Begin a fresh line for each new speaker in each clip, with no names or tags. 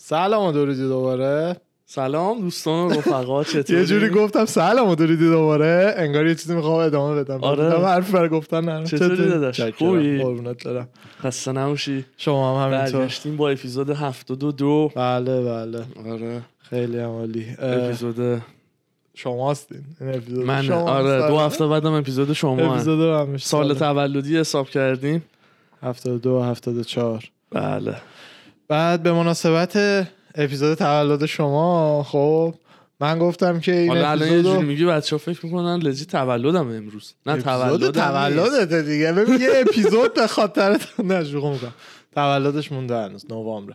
سلام و درودی دوباره.
سلام دوستان و رفقا، چطوری؟
یه جوری گفتم سلام و درودی دوباره انگار یه چیزی میخوام ادامه بدم.
آره
حرف برای گفتن ندارم.
چطوری داداش؟ خوبی؟
قربونت برم.
خسته نباشی.
شما هم همینطور.
برگشتیم با اپیزود 72.
بله.
آره
خیلی عالی.
اپیزود
شماستین. این اپیزود
من
شما.
آره 2 هفته بعدم اپیزود شما.
اپیزود هم
سال تولدی حساب کردیم
72 74.
بله.
بعد به مناسبت اپیزود تولد شما خب من گفتم که این
حالا
اپیزود
الان یه جوری میگی بچه‌ها فکر میکنن لجی تولدم امروز. نه
تولدت دیگه. ببین یه اپیزود به خاطر نشوخ میکنم. تولدش مونده هنوز نوامبر.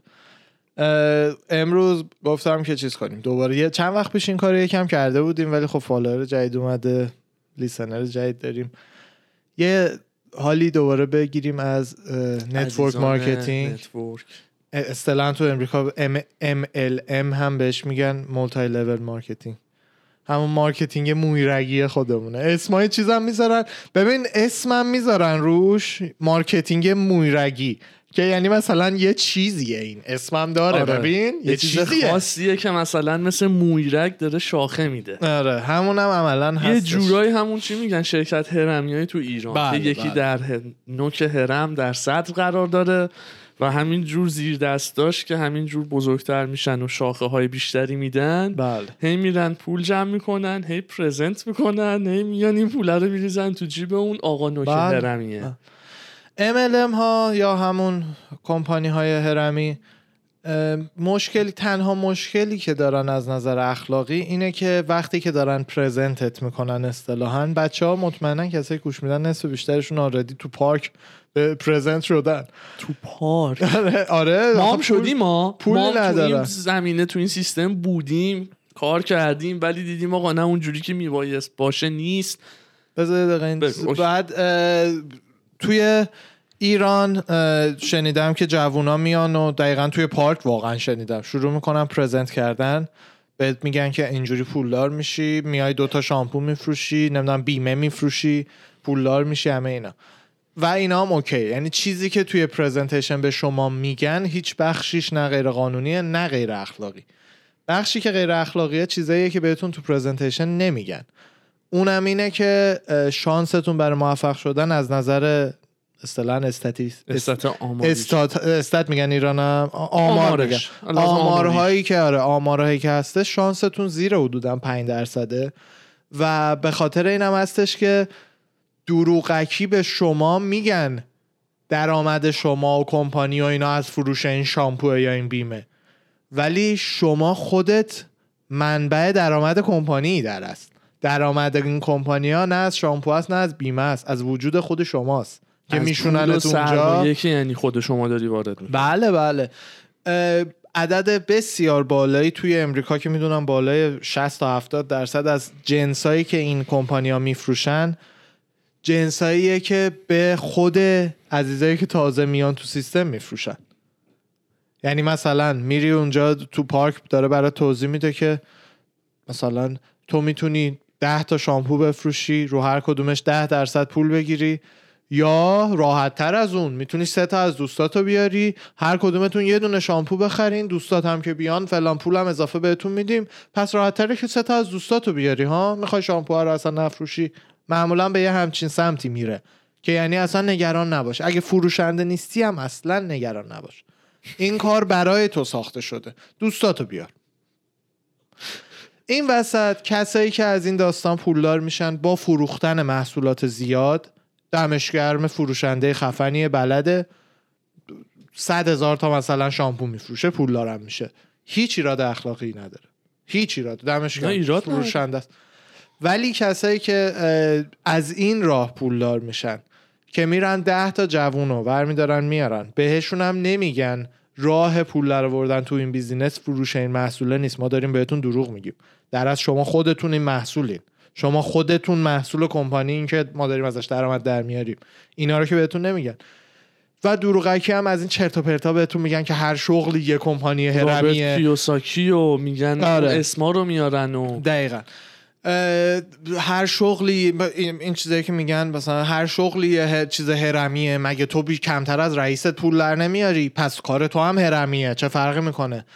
امروز گفتم که چیز کنیم دوباره. یه چند وقت پیش این کارو یکم کرده بودیم ولی خب فالوور جدید اومده، لیسنر جدید داریم، یه حالی دوباره بگیریم از نتورک مارکتینگ. اصطلاحاً تو امریکا MLM هم بهش میگن، مولتی لول مارکتینگ، همون مارکتینگ مویرگی خودمونه. اسمای چیزام میذارن، ببین اسمم میذارن روش مارکتینگ مویرگی، که یعنی مثلا یه چیزیه، این اسمم داره.
آره.
ببین
یه چیز خاصیه که مثلا مثل مویرگ داره شاخه میده.
آره همونم عملاً هستش.
یه جورایی همون چی میگن شرکت هرمیایی تو ایران که یکی در نوک هرم در صدر قرار داره و همین جور زیر دستاش که همین جور بزرگتر میشن و شاخه های بیشتری میدن.
بله.
هی میرن پول جمع میکنن، هی پرزنت میکنن، هی میان این پول رو میریزن تو جیب اون آقا نوک هرمیه.
MLM ها یا همون کمپانی های هرمی، تنها مشکلی که دارن از نظر اخلاقی اینه که وقتی که دارن پرزنتت میکنن اصطلاحاً، بچه‌ها مطمئنن کسایی گوش میدن نصف بیشترشون آردی تو پارک پرزنت شدن.
تو پارک؟
آره
ما هم شدیم، ما
پول ندارن.
تو این زمینه تو این سیستم بودیم، کار کردیم، ولی دیدیم آقا نه اونجوری که میبایست باشه نیست.
بذار دقیقاً بعد توی ایران شنیدم که جوونا میان و دقیقاً توی پارک واقعا شنیدم شروع میکنن پرزنت کردن، بهت میگن که اینجوری پولدار میشی، میای 2 تا شامپو میفروشی، نمیدونم بیمه میفروشی، پولدار میشی، همه اینا. و اینا هم اوکی، یعنی چیزی که توی پرزنتیشن به شما میگن هیچ بخشیش نه غیر قانونیه نه غیر اخلاقی. بخشی که غیر اخلاقیه چیزاییه که بهتون تو پرزنتیشن نمیگن. اونم اینه که شانستون برای موفق شدن از نظر اصطلاحاً استات میگن ایرانم، آمارهایی که آره آمارهایی که هسته، شانستون زیر حدوداً 5%. و به خاطر اینم هستش که دروغکی به شما میگن درآمد شما و کمپانی و اینا از فروش این شامپو یا این بیمه، ولی شما خودت منبع درآمد کمپانی در است. درآمد این کمپانی ها نه از شامپو است نه از بیمه است، از وجود خود شماست که میشوننت اونجا.
یکی یعنی خود شما داری وارد میکنی.
بله. عدد بسیار بالایی توی امریکا که میدونم بالای 60 تا 70% از جنسایی که این کمپانی ها میفروشن جنساییه که به خود عزیزایی که تازه میان تو سیستم میفروشن. یعنی مثلا میری اونجا تو پارک داره برای توضیح میده که مثلا تو میتونی 10 تا شامپو بفروشی، رو هر کدومش 10% پول بگیری، یا راحت تر از اون میتونی 3 تا از دوستاتو بیاری، هر کدومتون یه دونه شامپو بخرین، دوستات هم که بیان فلان پول هم اضافه بهتون میدیم، پس راحت تره که 3 تا از دوستاتو بیاری. ها میخوای شامپو رو اصلا نفروشی؟ معمولا به یه همچین سمتی میره که یعنی اصلا نگران نباش، اگه فروشنده نیستی هم اصلا نگران نباش، این کار برای تو ساخته شده، دوستاتو بیار. این وسط کسایی که از این داستان پولدار میشن با فروختن محصولات زیاد، دمشگرم فروشنده خفنی بلده 100,000 تا مثلا شامپو میفروشه، پولدارم میشه، هیچ ایراد اخلاقی نداره، هیچ ایراد، دمشگرم فروشنده است. ولی کسایی که از این راه پولدار میشن که میرن 10 تا جوونو برمیدارن میارن، بهشون هم نمیگن راه پول درآوردن تو این بیزینس فروش این محصوله نیست، ما داریم بهتون دروغ میگیم، در اصل شما خودتون این محصولین، شما خودتون محصول کمپانی این که ما داریم ازش درآمد در میاریم، اینا رو که بهتون نمیگن. و دروغکی هم از این چرت و پرتا بهتون میگن که هر شغلی یه کمپانی هرمیه،
رابرت کیوساکی و میگن اسما رو میارن و
دقیقاً هر شغلی این چیزایی که میگن مثلا هر شغلی یه چیز هرمیه، مگه تو کمتر از رئیست پول در نمیاری؟ پس کار تو هم هرمیه، چه فرقی میکنه؟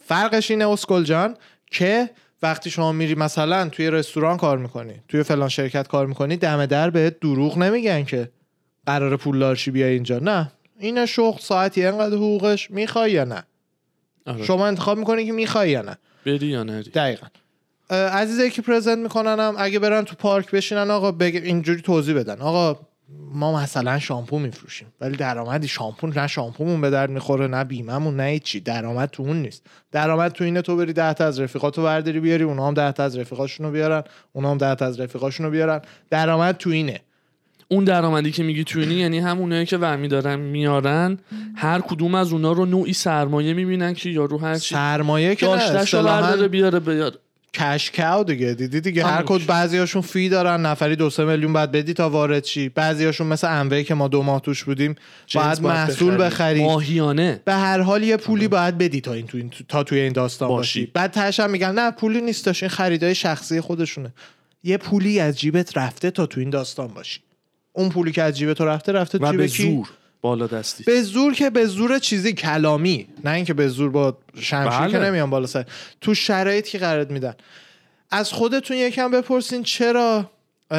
فرقش اینه اسکل جان که وقتی شما میری مثلا توی رستوران کار میکنی، توی فلان شرکت کار میکنی، دم در بهت دروغ نمیگن که قرار پولدار شی بیای اینجا. نه، این شغل ساعتی اینقدر حقوقش، میخوای یا نه. شما انتخاب میکنی که میخوای یا نه،
بری یا نری.
دقیقاً. عزیزایی که پرزنت میکننم اگه برن تو پارک بشینن آقا اینجوری توضیح بدن آقا ما مثلا شامپو میفروشیم ولی درآمدی شامپو نه، شامپومون به درد میخوره، نه بیممون، نه هیچی، درآمد تو اون نیست. درآمد تو اینه تو بری 10 تا از رفیقاتو برداری بیاری، اونها هم 10 تا از رفیقاشونو بیارن، اونها هم 10 تا از رفیقاشونو بیارن. درآمد تو اینه.
اون درآمدی که میگی تو اینه یعنی همونایی که ورمی دارن میارن، هر کدوم از اونا رو نوعی سرمایه میبینن که یارو هر چی
سرمایه که
داشتهشو برداره بیاره
کش کاو دیگه. دیدی هر کد بعضیاشون فی دارن، نفری 2-3 میلیون بعد بدی تا وارد شی. بعضیاشون مثل اموی که ما 2 ماه توش بودیم باید محصول بخری
ماهیانه.
به هر حال یه پولی باید بدی تا توی این داستان باشی. بعد تهش هم میگن نه پولی نیستش، این خریدای شخصی خودشونه. یه پولی از جیبت رفته تا تو این داستان باشی. اون پولی که از جیبت رفته جیب کی؟
بالا دستی.
به زور که به زور چیزی کلامی، نه اینکه به زور با شمشیر که نمیان بالا سر. تو شرایطی که قرارت میدن. از خودتون یکم بپرسین چرا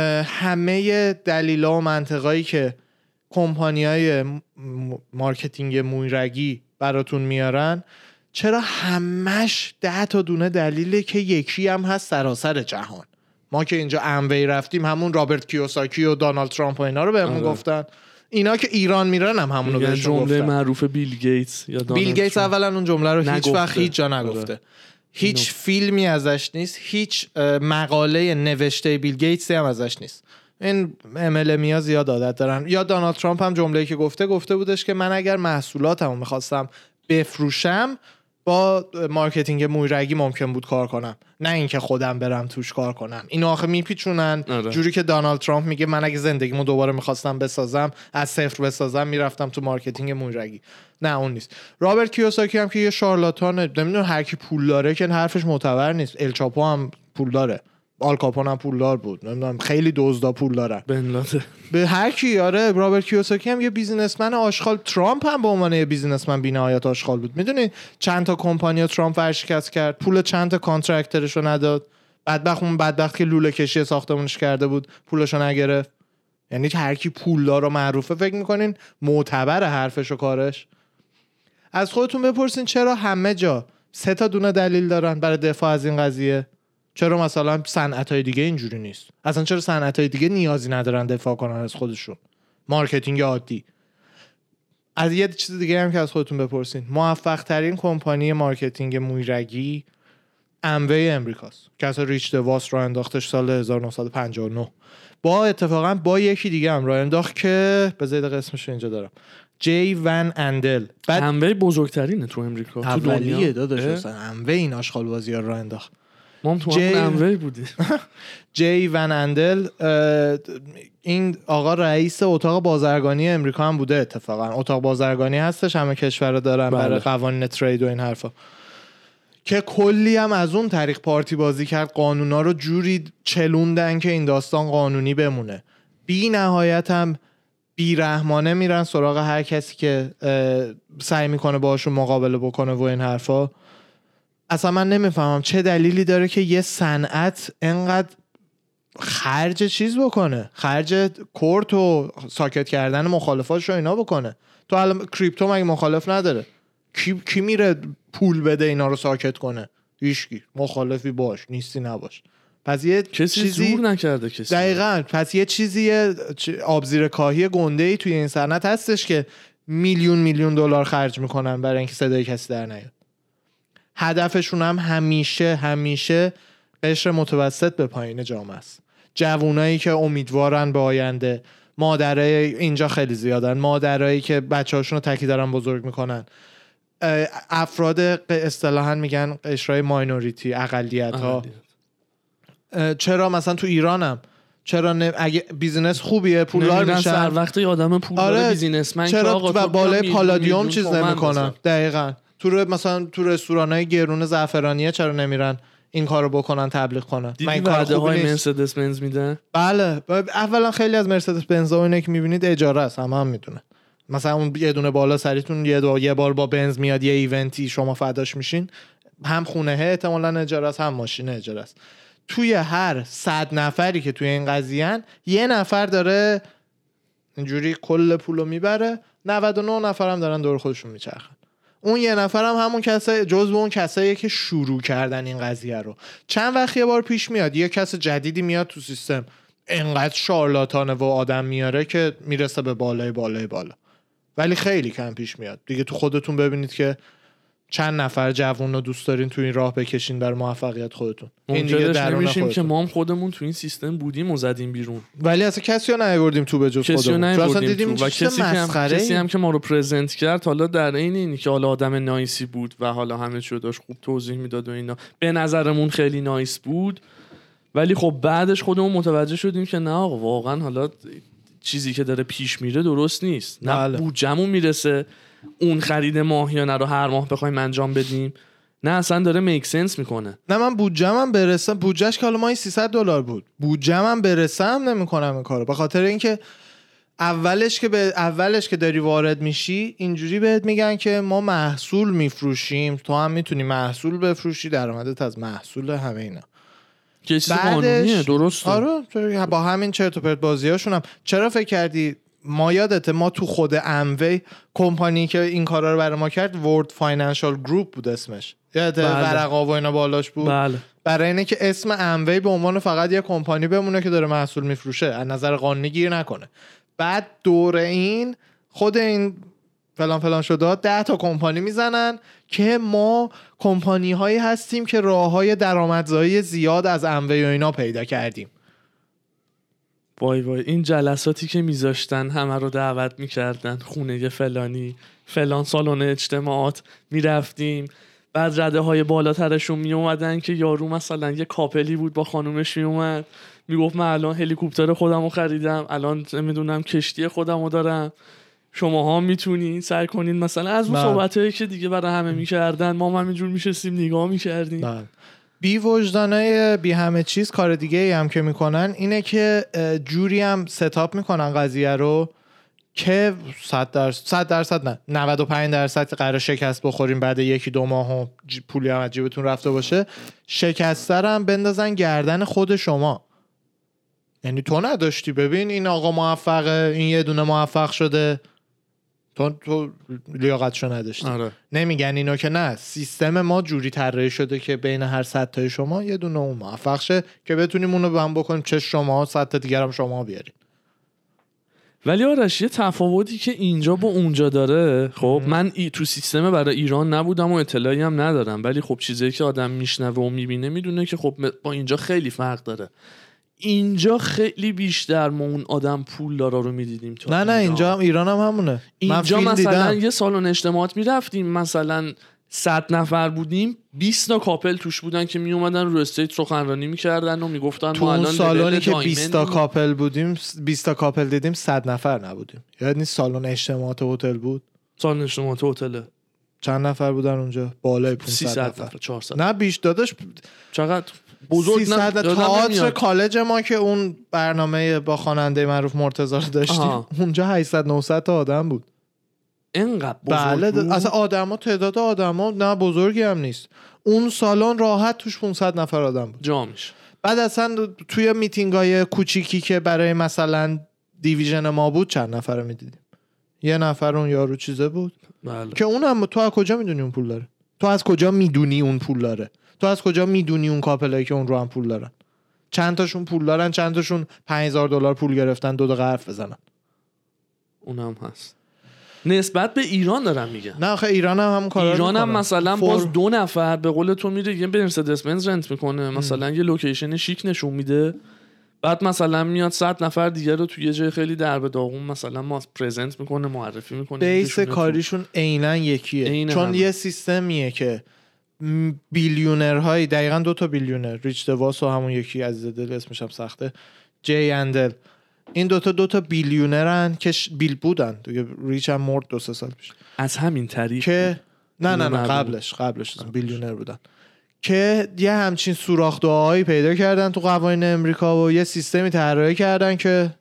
همه دلیلا و منطقایی که کمپانیای مارکتینگ مویرگی براتون میارن چرا همش 10 تا دونه دلیله که یکی هم هست سراسر جهان. ما که اینجا اموی رفتیم همون رابرت کیوساکی و دونالد ترامپ و اینا رو بهمون گفتن. اینا که ایران میرن هم همونو بهشون گفتن.
جمله معروف بیل گیتس یا
بیل گیتس اولا اون جمله رو هیچ وقت هیچ جا نگفته. هیچ فیلمی ازش نیست، هیچ مقاله نوشته بیل گیتس هم ازش نیست. این MLM'ها زیاد عادت دارن. یا دونالد ترامپ هم جمله‌ای که گفته بودش که من اگر محصولاتمو می‌خواستم بفروشم با مارکتینگ مویرگی ممکن بود کار کنم، نه اینکه خودم برم توش کار کنم. اینو آخه میپیچونن جوری که دونالد ترامپ میگه من اگه زندگیمو دوباره میخواستم بسازم، از صفر بسازم، میرفتم تو مارکتینگ مویرگی. نه اون نیست. رابرت کیوساکی هم که یه شارلاتانه، نمیدونم هر کی پول داره که حرفش معتبر نیست. الچاپو هم پول داره، آل کاپون هم پولدار بود، نمیدونم خیلی دزدا پول دارن، به هر کی. آره رابرت کیوساکی هم یه بیزینسمن آشغال. ترامپ هم به عنوان یه بیزینسمن بی‌نهایت آشغال بود. میدونی چند تا کمپانی ترامپ ورشکست کرد، پول چند تا کانترکترشو نداد، بدبخت که لوله کشی ساختمونش کرده بود پولشو نگرفت. یعنی هر کی پولدار و معروفه فکر میکنین معتبر حرفش و کارش؟ از خودتون بپرسین چرا همه جا 3 تا دونه دلیل دارن برای دفاع از این قضیه. چرا مثلا صنعت‌های دیگه اینجوری نیست؟ اصلا چرا صنعت‌های دیگه نیازی ندارن دفاع کنن از خودشون؟ مارکتینگ عادی. از یه چیز دیگه هم که از خودتون بپرسین، موفق ترین کمپانی مارکتینگ مویرگی اموی امریکاست که اصلا ریچ دواس را انداختش سال 1959. اتفاقا با یکی دیگه هم را انداخت که بذارید اسمش اینجا دارم، جی ون اندل.
اموی بزرگترینه تو امریکا، تو دنیا.
داداش اصلا اموی این آشغال بازی‌ها را انداخت.
ما تو همون اموی بودیم.
جی ون اندل این آقا رئیس اتاق بازرگانی امریکا هم بوده. اتفاقا اتاق بازرگانی هستش، همه کشورها دارن برای قوانین ترید و این حرفا، که کلی هم از اون طریق پارتی بازی کرد، قانونا رو جوری چلوندن که این داستان قانونی بمونه. بی نهایت هم بیرحمانه میرن سراغ هر کسی که سعی میکنه باهاشون مقابله بکنه و این حرفا. اصلا من نمیفهمم چه دلیلی داره که یه صنعت انقدر خرج چیز بکنه، خرج کورت و ساکت کردن مخالفاشو اینا بکنه. تو الان کریپتو مگه مخالف نداره؟ کی میره پول بده اینا رو ساکت کنه؟ هیچکی. مخالفی باش، نیستی نباش. پس یه
کسی زور نکرده کسی.
دقیقاً. پس یه چیزی آبزیر کاهی گنده‌ای توی این صنعت هستش که میلیون دلار خرج میکنن برای اینکه صدای کسی در نیاد. هدفشون هم همیشه قشر متوسط به پایین جامعه است. جوونایی که امیدوارن به آینده، مادرای اینجا خیلی زیادن، مادرایی که بچه‌هاشون رو تکی دارن بزرگ میکنن، افراد اصطلاحاً میگن قشرهای ماینوریتی، اقلیت‌ها. چرا مثلا تو ایرانم چرا اگه بیزینس خوبیه پولدار میشن،
سر وقتی آدم پولدار بیزینسمن
چرا و بالای پالادیوم چیز نمیکنن؟ دقیقاً. مثلا تو رستورانای گرون زعفرانیه چرا نمیرن این کارو بکنن، تبلیغ کنن؟
من این کار های مرسدس بنز میدن.
بله، اولا خیلی از مرسدس بنز ها اینه که میبینید اجاره است، هم میدونه. مثلا اون یه دونه بالا سریتون یه بار با بنز میاد یه ایونتی شما فداش میشین، هم خونه احتمالاً اجاره است، هم ماشین اجاره است. توی هر 100 نفری که توی این قضیه‌ان یه نفر داره اینجوری کل پولو میبره، 99 نفر هم دارن دور خودشون میچرخن. اون یه نفر هم همون کسای جزو اون کساییه که شروع کردن این قضیه رو. چند وقت یه بار پیش میاد یه کس جدیدی میاد تو سیستم، انقدر شارلاتانه و آدم میاره که میرسه به بالای بالا، ولی خیلی کم پیش میاد دیگه. تو خودتون ببینید که چند نفر جوون رو دوست دارین تو این راه بکشین برای موفقیت خودتون.
این دیگه درون نمیشیم که ما هم خودمون تو این سیستم بودیم و زدیم بیرون،
ولی اصلا کسی رو نیاوردیم تو به جز خودمون. اصلا دیدیم
و کسی هم که ما رو پرزنت کرد حالا در اینی که حالا آدم نایسی بود و حالا همه چیو داشت خوب توضیح میداد و اینا، به نظرمون خیلی نایس بود، ولی خب بعدش خودمون متوجه شدیم که نه آقا واقعا حالا چیزی که داره پیش میره درست نیست. نه بودجمون میرسه اون خرید ماهیانه رو هر ماه بخوایم انجام بدیم، نه اصلا داره میک سنس میکنه.
نه من بودجمم برسم، بودجش که حالا ماهی $300 بود، بودجمم برسم نمیکنم این کارو، به خاطر اینکه اولش که داری وارد میشی اینجوری بهت میگن که ما محصول میفروشیم، تو هم میتونی محصول بفروشی، درآمدت از محصول همه اینا.
که چیز قانونیه، درسته.
آره با همین چرت و پرت بازیاشون هم. چرا فکر کردی ما یادته ما تو خود اموی کمپانی که این کارا رو برای ما کرد ورد فاینانشال گروپ بود اسمش، یادته ورقا و اینا بالاش بود.
بله.
برای اینه که اسم اموی به عنوان فقط یه کمپانی بمونه که داره محصول میفروشه، از نظر قانونی گیر نکنه. بعد دور این خود این فلان شده 10 تا کمپانی میزنن که ما کمپانی هایی هستیم که راه های درآمدزایی زیاد از اموی و اینا پیدا کردیم.
وای این جلساتی که میذاشتن همه رو دعوت میکردن خونه فلان سالن اجتماعات میرفتیم، بعد رده های بالاترشون میومدن که یارو مثلا یه کاپلی بود با خانومش میومد میگفت من الان هلیکوپتر خودمو خریدم، الان نمیدونم کشتی خودمو دارم، شماها میتونین سعی کنین مثلا از اون صحبتایی که دیگه برای همه میکردن ما همینجور میشستیم نگاه میکردیم.
بی وجدانای بی همه چیز کار دیگه ای هم که میکنن اینه که جوری هم ستاپ میکنن قضیه رو که 100% نه 95% قرار شکست بخوریم بعد 1-2 ماه و پولی هم از جیبتون رفته باشه، شکسته هم بندازن گردن خود شما. یعنی تو نداشتی، ببین این آقا موفقه، این یه دونه موفق شده، تو لیاقتشو نداشتی.
آره.
نمیگن اینو که نه، سیستم ما جوری طراحی شده که بین هر 100 تای شما یه دونه اون موفق شه که بتونیم اونو به هم بکنیم، چه شما 100 تا دیگر هم شما بیارین.
ولی آرش یه تفاوتی که اینجا با اونجا داره، خب من تو سیستم برای ایران نبودم و اطلاعی هم ندارم، ولی خب چیزایی که آدم میشنوه و میبینه میدونه که خب با اینجا خیلی فرق داره. اینجا خیلی بیشتر ما اون آدم پول دارا رو میدیدیم.
نه اینجا هم ایران هم همونه.
اینجا مثلا یه سالن اجتماعات میرفتیم مثلا 100 نفر بودیم، 20 تا کاپل توش بودن که می اومدن رو استیج سخنرانی میکردن و میگفتن
ما الان سالونی که 20 تا کاپل بودیم 20 تا کاپل دیدیم 100 نفر نبودیم. یعنی سالن اجتماعات هتل بود.
سالن اجتماعات هتل
چند نفر بودن اونجا؟ بالای 500
نفر 400
نه بیش داداش.
چقدر بزرگ
تئاتر کالج ما که اون برنامه با خواننده معروف مرتضی رو داشتیم اونجا 800-900 تا آدم بود.
اینقدر بزرگ
بله
بود؟
اصلا آدما تعداد آدما نه بزرگی هم نیست. اون سالن راحت توش 500 نفر آدم بود
جامش.
بعد اصلا توی میتینگای کوچیکی که برای مثلا دیویژن ما بود چند نفر رو میدیدیم؟ یه نفر اون یارو چیزه بود.
بله.
که اونم تو از کجا میدونی اون پول داره؟ تو از کجا میدونی اون پول داره؟ تو از کجا میدونی اون کاپلایی که اون رو هم پول دارن؟ چند تاشون پول دارن، چند تاشون $5000 پول گرفتن 2 دقیقه حرف بزنن.
اونم هست. نسبت به ایران دارم میگم.
نه آخه ایران هم کارا
ایران هم مثلا باز 2 نفر به قول تو میره یه مرسدس بنز رنت میکنه، مثلا یه لوکیشن شیک نشون میده، بعد مثلا میاد 100 نفر دیگه رو توی یه جای خیلی درب داغون مثلا ما پرزنت میکنه، معرفی میکنه.
بیس کاریشون عیناً یکیه، چون یه سیستمیه که بیلیونرهای دقیقاً 2 تا بیلیونر، ریچ دواس و همون یکی عزیز دل اسمش هم سخته، جی اندل، این 2 تا بیلیونرن که بیل بودن دیگه، ریچ هم مرد 2-3 سال پیش
از همین طریق
که نه قبلش بیلیونر بودن که یه همچین سوراخ دعاهایی پیدا کردن تو قوانین امریکا و یه سیستمی طراحی کردن که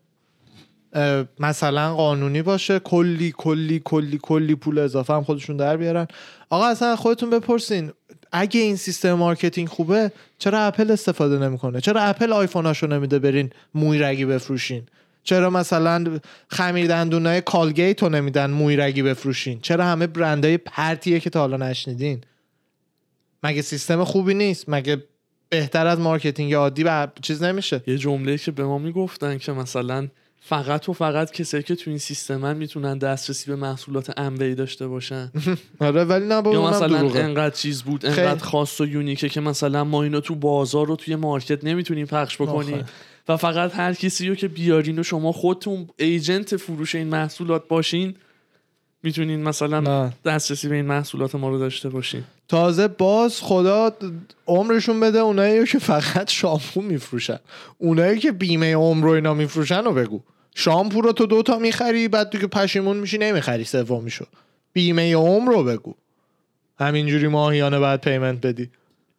مثلا قانونی باشه، کلی پول اضافه هم خودشون در بیارن. آقا اصلا خودتون بپرسین اگه این سیستم مارکتینگ خوبه چرا اپل استفاده نمیکنه؟ چرا اپل آیفوناشو نمیده برین موی رگی بفروشین؟ چرا مثلا خمیر دندونای کالگیت رو نمیدن موی رگی بفروشین؟ چرا همه برندهای پرتیه که تا حالا نشنیدین؟ مگه سیستم خوبی نیست؟ مگه بهتر از مارکتینگ عادی چیز نمیشه؟
یه جمله که به ما میگفتن که مثلا فقط و فقط کسایی که تو این سیستمن میتونن دسترسی به محصولات اموی داشته باشن.
آره ولی نه با
یا مثلا
دروغه.
انقدر چیز بود، انقدر خاص و یونیکه که مثلا ما اینو تو بازار رو توی مارکت نمیتونیم پخش بکنیم و فقط هر کسی رو که بیارین و شما خودتون ایجنت فروش این محصولات باشین میتونین مثلا دسترسی به این محصولات ما رو داشته باشین.
تازه باز خدا عمرشون بده اونایی که فقط شامپو میفروشن، اونایی که بیمه عمر رو اینا میفروشن رو بگو. شامپو رو تو 2 تا میخری بعد دیگه پشیمون میشی نمیخری سومیشو. بیمه عمر رو بگو همینجوری ماهیانه بعد پیمنت بدی.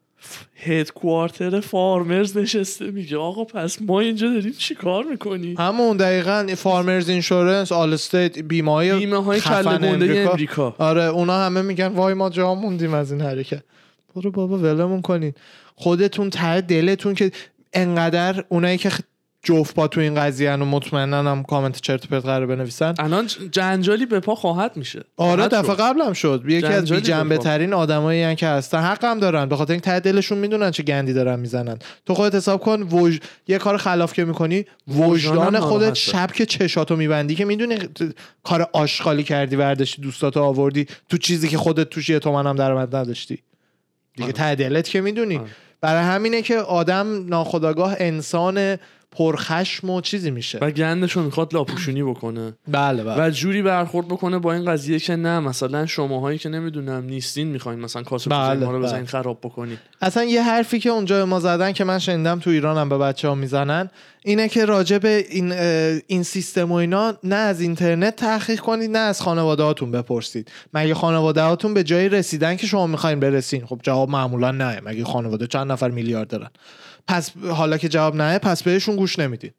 هدکوارتر فارمرز نشسته میگه آقا پس ما اینجا داریم چی کار میکنی؟
همون دقیقاً فارمرز اینشورنس، آل استیت، بیمه های
کله گنده امریکا.
آره اونا همه میگن وای ما جا موندیم از این حرکت. برو بابا ولمون کنین. خودتون ته دلتون که انقدر اونایی که جفت پا تو این قضیه و مطمئنن هم کامنت چرت و پرت قراره بنویسن
الان جنجالی به پا خواهد میشه.
آره دفعه قبلم شد. یکی از بی جنبه ترین آدمایی ان که هستن حق هم دارن به خاطر این ته دلشون میدونن چه گندی دارن میزنن. تو خودت حساب کن یه کار خلاف که میکنی وجدان خودت شب که چشاتو میبندی که میدونی کار آشغالی کردی ورداشتی دوستاتو آوردی تو چیزی که خودت توش 1 تومن هم درآمد نداشتی دیگه. ته دلت که میدونی. برای همینه که آدم ناخودآگاه انسان پرخشم و چیزی میشه
و گندشو میخواد لاپوشونی بکنه.
بله
و جوری برخورد بکنه با این قضیه که نه مثلا شماهایی که نمیدونم نیستین میخواین مثلا کاسه ما رو بزنین خراب بکنین.
اصلا یه حرفی که اونجا ما زدن که من شنیدم تو ایرانم به بچه‌ها میزنن اینه که راجع به این سیستم و اینا نه از اینترنت تحقیق کنید نه از خانواده‌هاتون بپرسید. مگه خانواده‌هاتون به جایی رسیدن که شما میخواین برسین؟ خب جواب معمولا نه. مگه خانواده چند نفر میلیارد دارن؟ پس حالا که جواب نه پس بهشون گوش نمیدید.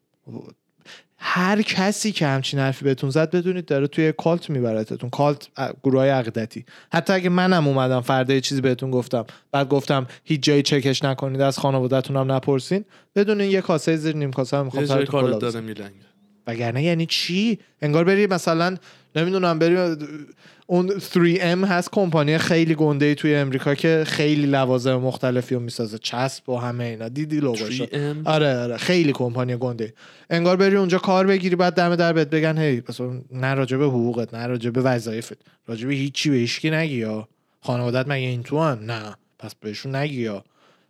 هر کسی که همچین حرفی بهتون زد بدونید داره توی کالت میبرتتون. کالت گروهای عقیدتی. حتی اگه منم اومدم فردا یه چیزی بهتون گفتم بعد گفتم هیچ جایی چکش نکنید از خانواده‌تون هم نپرسین بدونین یه کاسه زیر نیم کاسه هم میخوام سرتون کلا
داره میلنگه.
وگرنه یعنی چی؟ انگار بری مثلا نمیدونم بری اون 3M هست کمپانی خیلی گنده‌ای توی امریکا که خیلی لوازم مختلفی رو میسازه چسب و همه اینا دیدی لوگوشو؟ آره خیلی کمپانی گنده. انگار بری اونجا کار بگیری بعد دم در بهت بگن هی مثلا نه راجع به حقوقت نه راجع به وظایفت راجع به هیچی به هیچکی نگی یا خانواده‌ات مگه این تو ان؟ نه پس بهشون نگی یا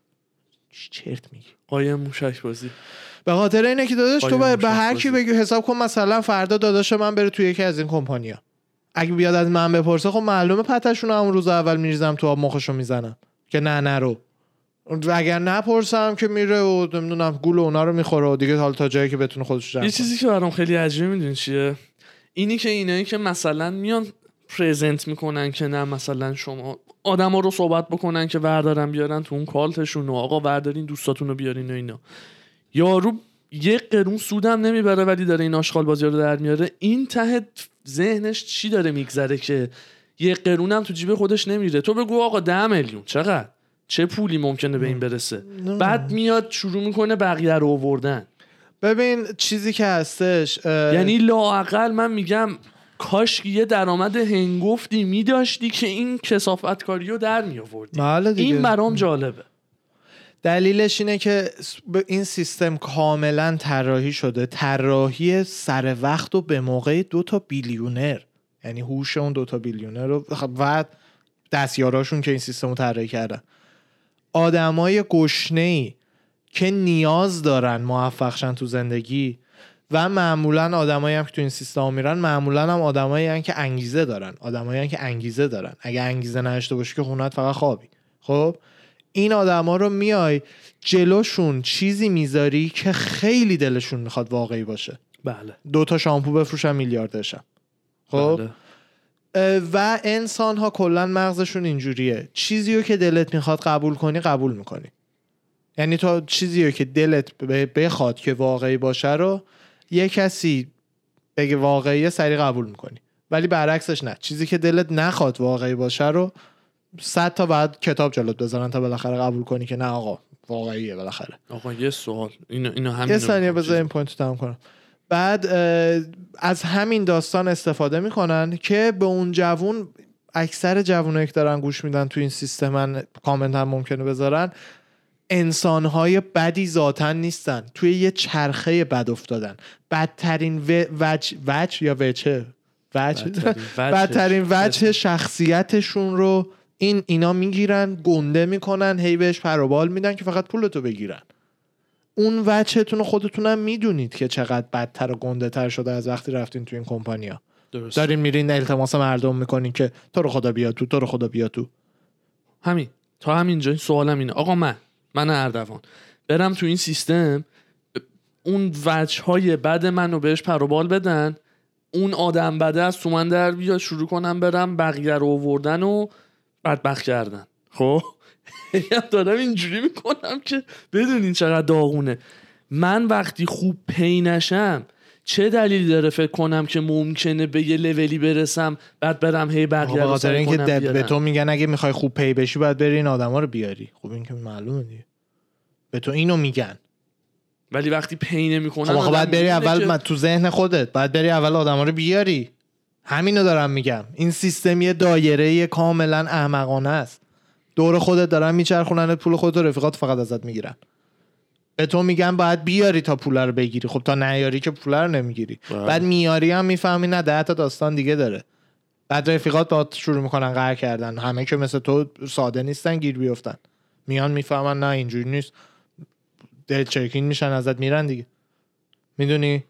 چرت میگی.
قایم موشک بازی. به
خاطر اینه که داداش تو به هر کی بگی حساب کن مثلا فردا داداش من بره توی یکی از این کمپانی‌ها اگه بیاد از من بپرسه خب معلومه پتشون همون روز اول میریزم تو آب مخشو میزنم که نه نرو. اگر نپرسم که میره و نمیدونم گول اونا رو میخوره و دیگه حالا تا جایی که بتونه خودش جمع.
یه چیزی که برام خیلی عجیبه میدونی چیه؟ اینی که اینایی که مثلا میان پرزنت میکنن که نه مثلا شما آدما رو صحبت بکنن که وردارن بیارن تو اون کالتشون و آقا وردارین دوستاتون رو بیارین و اینا. یارو یه قرون سودم نمیبره ولی داره این آشغال بازی رو در میاره. این ته ذهنش چی داره میگذره که یه قرونم تو جیب خودش نمیره؟ تو بگو آقا 10 میلیون چقدر چه پولی ممکنه به این برسه؟ بعد میاد شروع میکنه بقیه رو آوردن.
ببین چیزی که هستش
یعنی لااقل من میگم کاش یه درآمد هنگفتی میداشتی که این کثافت کاری رو در میآوردی. این برام جالبه.
دلیلش اینه که این سیستم کاملا طراحی شده طراحی سر وقت و به موقع 2 بیلیونر، یعنی هوش اون 2 بیلیونر رو و دستیاراشون که این سیستم رو طراحی کردن. آدمای گشنه‌ای که نیاز دارن موفق شن تو زندگی و معمولا آدمایی هم که تو این سیستم میرن معمولا هم آدمایی هستن که انگیزه دارن. آدمایی هستن که انگیزه دارن. اگه انگیزه نداشته باشی که خونت فقط خوابی. خب این آدما رو میای جلوشون چیزی میذاری که خیلی دلشون میخواد واقعی باشه.
بله.
2 شامپو بفروشن میلیاردرشن. خب بله. و انسان ها کلا مغزشون اینجوریه، چیزی رو که دلت میخواد قبول کنی قبول میکنی. یعنی تو چیزی رو که دلت بخواد که واقعی باشه رو یه کسی بگه واقعیه سریع قبول میکنی، ولی برعکسش نه، چیزی که دلت نخواد واقعی باشه رو 100 تا بعد کتاب جلوت بذارن تا بالاخره قبول کنی که نه آقا واقعیه. بالاخره
آقا یه سوال اینو همین
یه ثانیه بذار این پوینت رو تمام کنم. بعد از همین داستان استفاده میکنن که به اون جوون، اکثر جوونایی که دارن گوش میدن تو این سیستم کامنت هم ممکنه بذارن، انسانهای بدی ذاتن نیستن، توی یه چرخه بد افتادن. بدترین بدترین وجه شخصیتشون رو اینا میگیرن، گنده میکنن، هی بهش پروبال میدن که فقط پولتو بگیرن. اون وجهتون رو خودتونم میدونید که چقدر بدتر و گنده تر شده از وقتی رفتین تو این کمپانیا. دارین میرین التماس مردم میکنین که تو رو خدا بیا تو، تو رو خدا بیا تو.
همین تا همینجا سوالم اینه، آقا من اردوان برم تو این سیستم، اون وجه‌های بد منو بهش پروبال بدن، اون آدم بده از تو من در بیاد، شروع کنم برم بقیه رو آوردن و بدبخت کردن. خب دارم اینجوری میکنم که بدونین چقدر داغونه. من وقتی خوب پی نشم چه دلیلی داره فکر کنم که ممکنه به یه لولی برسم بعد برم هی بقیه رو سعی کنم بیارم؟
به تو میگن اگه میخوای خوب پی بشی باید بری این آدما رو بیاری. خب این که معلومه دیگه، به تو اینو میگن.
ولی وقتی پی نمیکنن
خب باید بری اول تو ذهن خودت باید بری اول آدما رو بیاری. همینو دارم میگم. این سیستم یه دایره کاملا احمقانه است. دور خودت دارن میچرخونن، پول خودت و رفیقات فقط ازت میگیرن. به تو میگن باید بیاری تا پول رو بگیری. خب تا نیاری که پول رو نمیگیری. بعد میاری هم میفهمی نه 10 تا داستان دیگه داره. بعد رفیقات با شروع میکنن قهر کردن. همه که مثل تو ساده نیستن گیر بیفتن. میان میفهمن نه اینجوری نیست، دل چرکین میشن ازت میرن دیگه. میدونی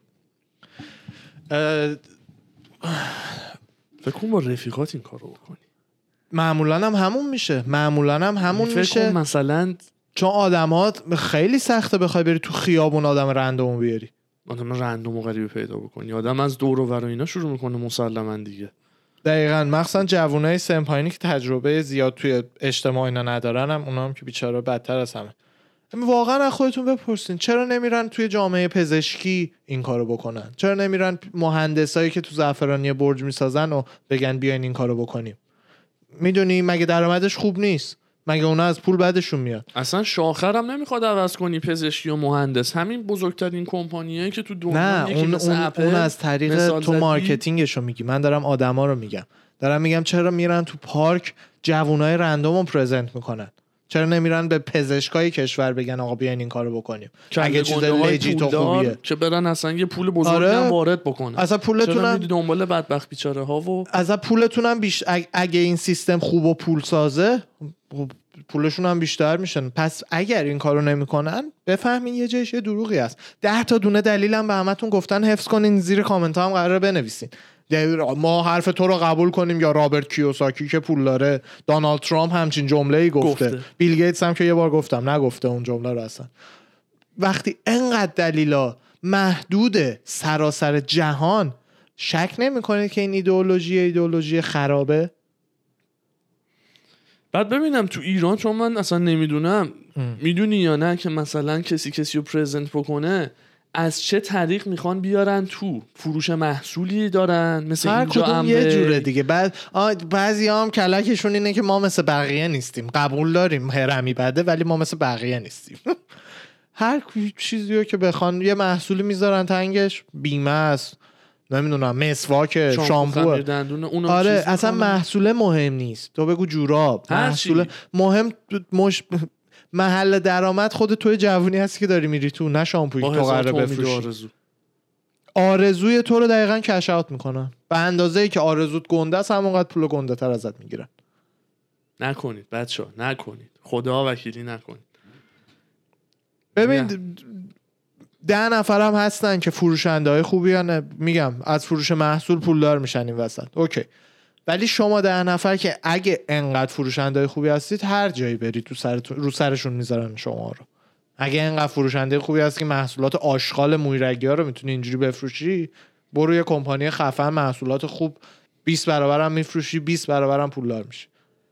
فکر کنم با رفیقات این کارو بکنی
معمولا هم همون میشه.
مثلا
چون آدمات خیلی سخته بخوای بری تو خیابون آدم رندوم بیاری،
آدم رندوم و غریبه پیدا بکنی. آدم از دور و ور اینا شروع میکنه مسلما دیگه.
دقیقاً. مخصوصا جوونای سن پایینی که تجربه زیاد توی اجتماع اینا ندارن، هم اونا هم که بیچاره بدتر از همه. واقعا از خودتون بپرسین چرا نمیرن توی جامعه پزشکی این کارو بکنن؟ چرا نمیرن مهندسایی که تو زعفرانی برج میسازن و بگن بیاین این کارو بکنیم؟ میدونی مگه درآمدش خوب نیست؟ مگه اونا از پول بعدشون میاد؟
اصلا شاخر هم نمیخواد عوض کنی پزشکی و مهندس. همین بزرگترین کمپانیایی که تو دنیا
اون از طریق تو مارکتینگشو میگی. من دارم آدما رو میگم. دارم میگم چرا میرن تو پارک جوونای رندوم رو پرزنت میکنن؟ چرا نمیرن به پزشکای کشور بگن آقا بیاین این کارو بکنیم؟ اگه چیز لجیت و خوبیه
که برن اصلا یه پول بزرگی هم وارد بکنن.
اصلا پولتون هم
دنبال بدبخت بیچاره ها و
اصلا پولتون هم اگه این سیستم خوب و پول سازه پولشون هم بیشتر میشن. پس اگر این کارو نمیکنن بفهمین یه جایش یه دروغی است. 10 تا دونه دلیلم به همتون گفتن، حفظ کنین، زیر کامنت ها هم قراره بنویسین. ما حرف تو رو قبول کنیم یا رابرت کیوساکی که پول داره، دونالد ترامپ همچین جمله‌ای گفته، بیل گیتس هم که یه بار گفتم نگفته اون جمله رو اصلا. وقتی انقدر دلیلا محدود سراسر جهان، شک نمی‌کنید که این ایدئولوژی خرابه؟
بعد ببینم تو ایران، چون من اصلا نمیدونم میدونی یا نه که مثلا کسی رو پرزنت بکنه از چه طریق میخوان بیارن تو؟ فروش محصولی دارن مثل اینجا هم
یه جوره دیگه. بعضی هم کلکشون اینه که ما مثل بقیه نیستیم. قبول داریم هرمی بده ولی ما مثل بقیه نیستیم. هر چیزیو که بخوان یه محصولی میذارن تنگش، بیمه است، نمیدونم مسواک، شامپو. آره اصلا محصول مهم نیست. تو بگو جوراب، محصول مهم محل درآمد خود توی جوونی هستی که داری میری تو، نه شامپویی تو قراره بفروشی. آرزوی تو رو دقیقاً کش اوت میکنن. به اندازه‌ای که آرزوت گنده است همونقدر پول گنده تر ازت میگیرن.
نکنید بچه‌ها، نکنید. خدا وکیلی نکنید.
ببین 10 نفر هم هستن که فروشنده‌های خوبی هن. میگم از فروش محصول پولدار میشن این وسط. اوکی. ولی شما 10 نفر که اگه انقدر فروشنده خوبی هستید هر جایی برید رو سرشون میذارن شما رو. اگه انقدر فروشنده خوبی هست که محصولات آشغال مویرگی‌ها رو میتونی اینجوری بفروشی، برو یه کمپانی خفن محصولات خوب 20 برابر هم میفروشی، 20 برابر هم پولدار میشی.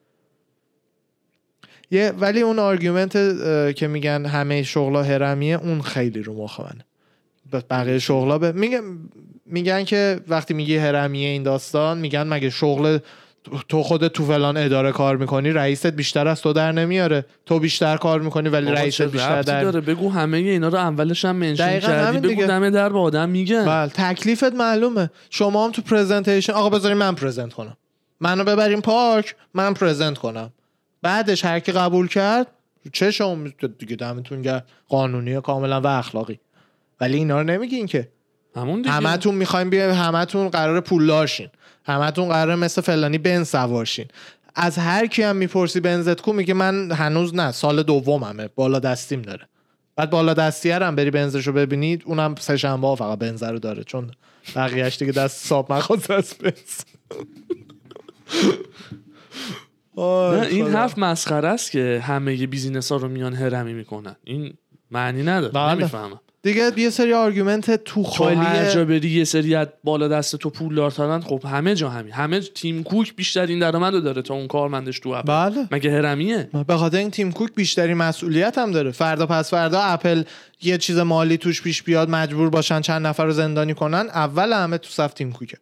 ولی اون آرگومنت که میگن همه شغلا هرمیه، اون خیلی رو مخ منه. بقیه شغلا میگن که وقتی میگی هرمیه این داستان، میگن مگه شغل تو خودت تو فلان اداره کار میکنی، رئیست بیشتر از تو در نمیاره، تو بیشتر کار میکنی ولی رئیست بیشتر در
داره. بگو همه اینا رو اولش هم منشن کردی، بگو دم در با آدم میگن.
بله تکلیفت معلومه. شما هم تو پرزنتیشن آقا بذارین من پرزنت کنم، منو ببریم پارک من پرزنت کنم، بعدش هر کی قبول کرد چه شما دیگه دمتون گرم، قانونیه کاملا و اخلاقی. ولی اینا رو نمیگین که همتون میخوایم بیایم، همتون قراره پولدار شین، همتون قراره مثل فلانی بنز سوار شین. از هر کی هم میپرسی بنزت کو میگه من هنوز نه، سال دوممه، بالا دستیم داره. بعد بالا دستی هم بری بنزشو ببینید اونم سه شنبه ها فقط بنز رو داره، چون بقیه‌اش دیگه دست حساب مخاص از بنز.
نه این حرف مسخره است که همه بیزینس ها رو میان هرمی میکنن، این معنی نداره. نمیفهمم
دیگه. یه سری آرگومنت تو خالیه،
هر جا بری یه سری بالا دست تو پولدارترن. خب همه جا همه تیم کوک بیشترین درآمدو داره تا اون کارمندش تو اپل.
بله.
مگه هرمیه؟
به خاطر این تیم کوک بیشترین مسئولیت هم داره. فردا پس فردا اپل یه چیز مالی توش پیش بیاد مجبور باشن چند نفر رو زندانی کنن، اول همه تو صف تیم کوکه.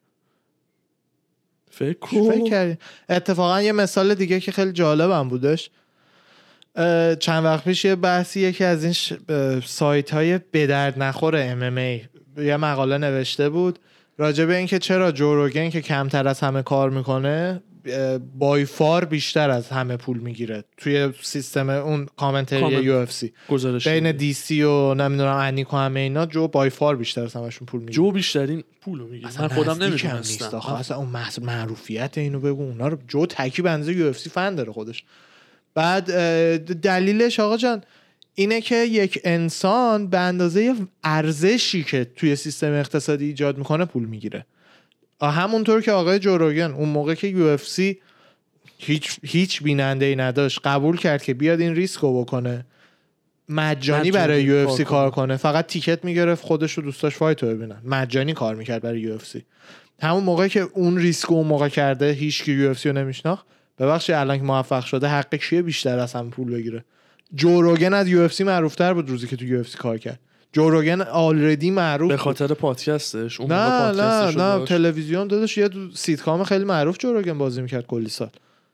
فکر کردی؟ اتفاقا یه مثال دیگه که خیلی جالبم بودش، چند وقت پیش یه بحثی یکی از این سایت های به درد نخور MMA یه مقاله نوشته بود راجع به این که چرا جو روگن که کمتر از همه کار میکنه بای فار بیشتر از همه پول میگیره توی سیستم اون کامنتری UFC بین دی سی و نمیدونم انیک و همه اینا. جو بای فار بیشتر از همشون پول میگیره.
جو بیشترین پولو میگیره. من خودم نمیدونستم
اصلا اون معروفیت اینو بگو. اونا رو جو تکی بنزه UFC فن داره خودش. بعد دلیلش آقا جان اینه که یک انسان به اندازه ارزشی که توی سیستم اقتصادی ایجاد میکنه پول میگیره. همونطور که آقای جو روگن اون موقع که UFC هیچ بیننده‌ای نداشت قبول کرد که بیاد این ریسکو بکنه، مجانی برای UFC کار کنه، فقط تیکت میگرفت خودش و دوستاش فایتو ببینن، مجانی کار میکرد برای UFC. همون موقع که اون ریسکو اون موقع کرده هیچ کی UFC رو نمیشناخت. ببخشید الان که موفق شده حق کیه بیشتر از هم پول بگیره؟ جو روگن از UFC معروفتر بود روزی که تو UFC کار کرد. جو روگن آلردی معروف
به خاطر پادکستش. اون
نه تلویزیون دادش یه سیتکام خیلی معروف جو روگن بازی میکرد کلی سال.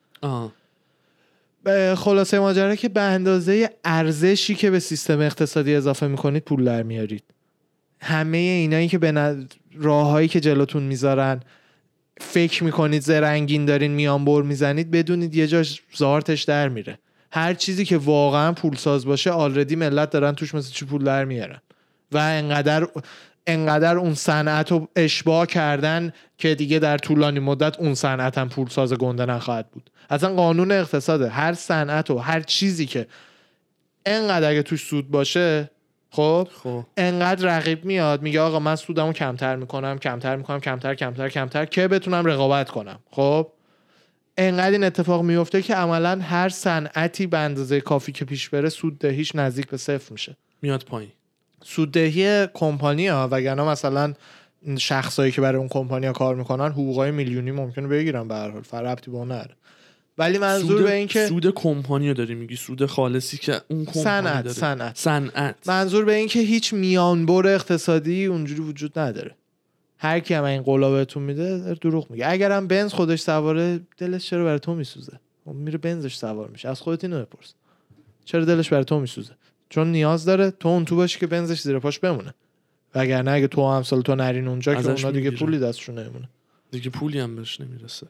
به خلاصه ماجرا که به اندازه ارزشی که به سیستم اقتصادی اضافه میکنید پول در میارید. همه اینایی که به راههایی که جلوتون میذارن فکر میکنید زرنگین دارین میان بر میزنید، بدونید یه جاش زارتش در میره. هر چیزی که واقعا پولساز باشه آلردی ملت دارن توش مثل چی پول در میارن و انقدر اون صنعت رو اشباع کردن که دیگه در طولانی مدت اون صنعت هم پولساز گنده نخواهد بود. اصلا قانون اقتصاده، هر صنعت و هر چیزی که انقدر اگه توش سود باشه خب انقدر رقیب میاد میگه آقا من سودمو کمتر میکنم کمتر که بتونم رقابت کنم. خب انقدر این اتفاق میفته که عملا هر صنعتی به اندازه کافی که پیش بره سوددهیش نزدیک به صفر میشه، میاد پایین. سوددهی کمپانی‌ها وگرنه مثلا شخصایی که برای اون کمپانی‌ها کار میکنن حقوقای میلیونی ممکنه بگیرن به هر حال، فرقی به اون نداره. ولی منظور به این که
سود کمپانی رو داری میگی، سود خالصی که اون کمپانی داره. صنعت.
منظور به این که هیچ میانبر اقتصادی اونجوری وجود نداره. هر کی هم این قولا بهتون میده دروغ میگه. اگرم بنز خودش سواره دلش چرا برای تو میسوزه؟ اون میره بنزش سوار میشه. از خودت اینو بپرس چرا دلش برای تو میسوزه؟ چون نیاز داره تو اون تو باشی که بنزش زیر پاش بمونه، وگرنه اگه تو هم سال تو نرین اونجا که اونا دیگه پولی دستشون نمیمونه،
دیگه پولی هم بهش نمیرسه.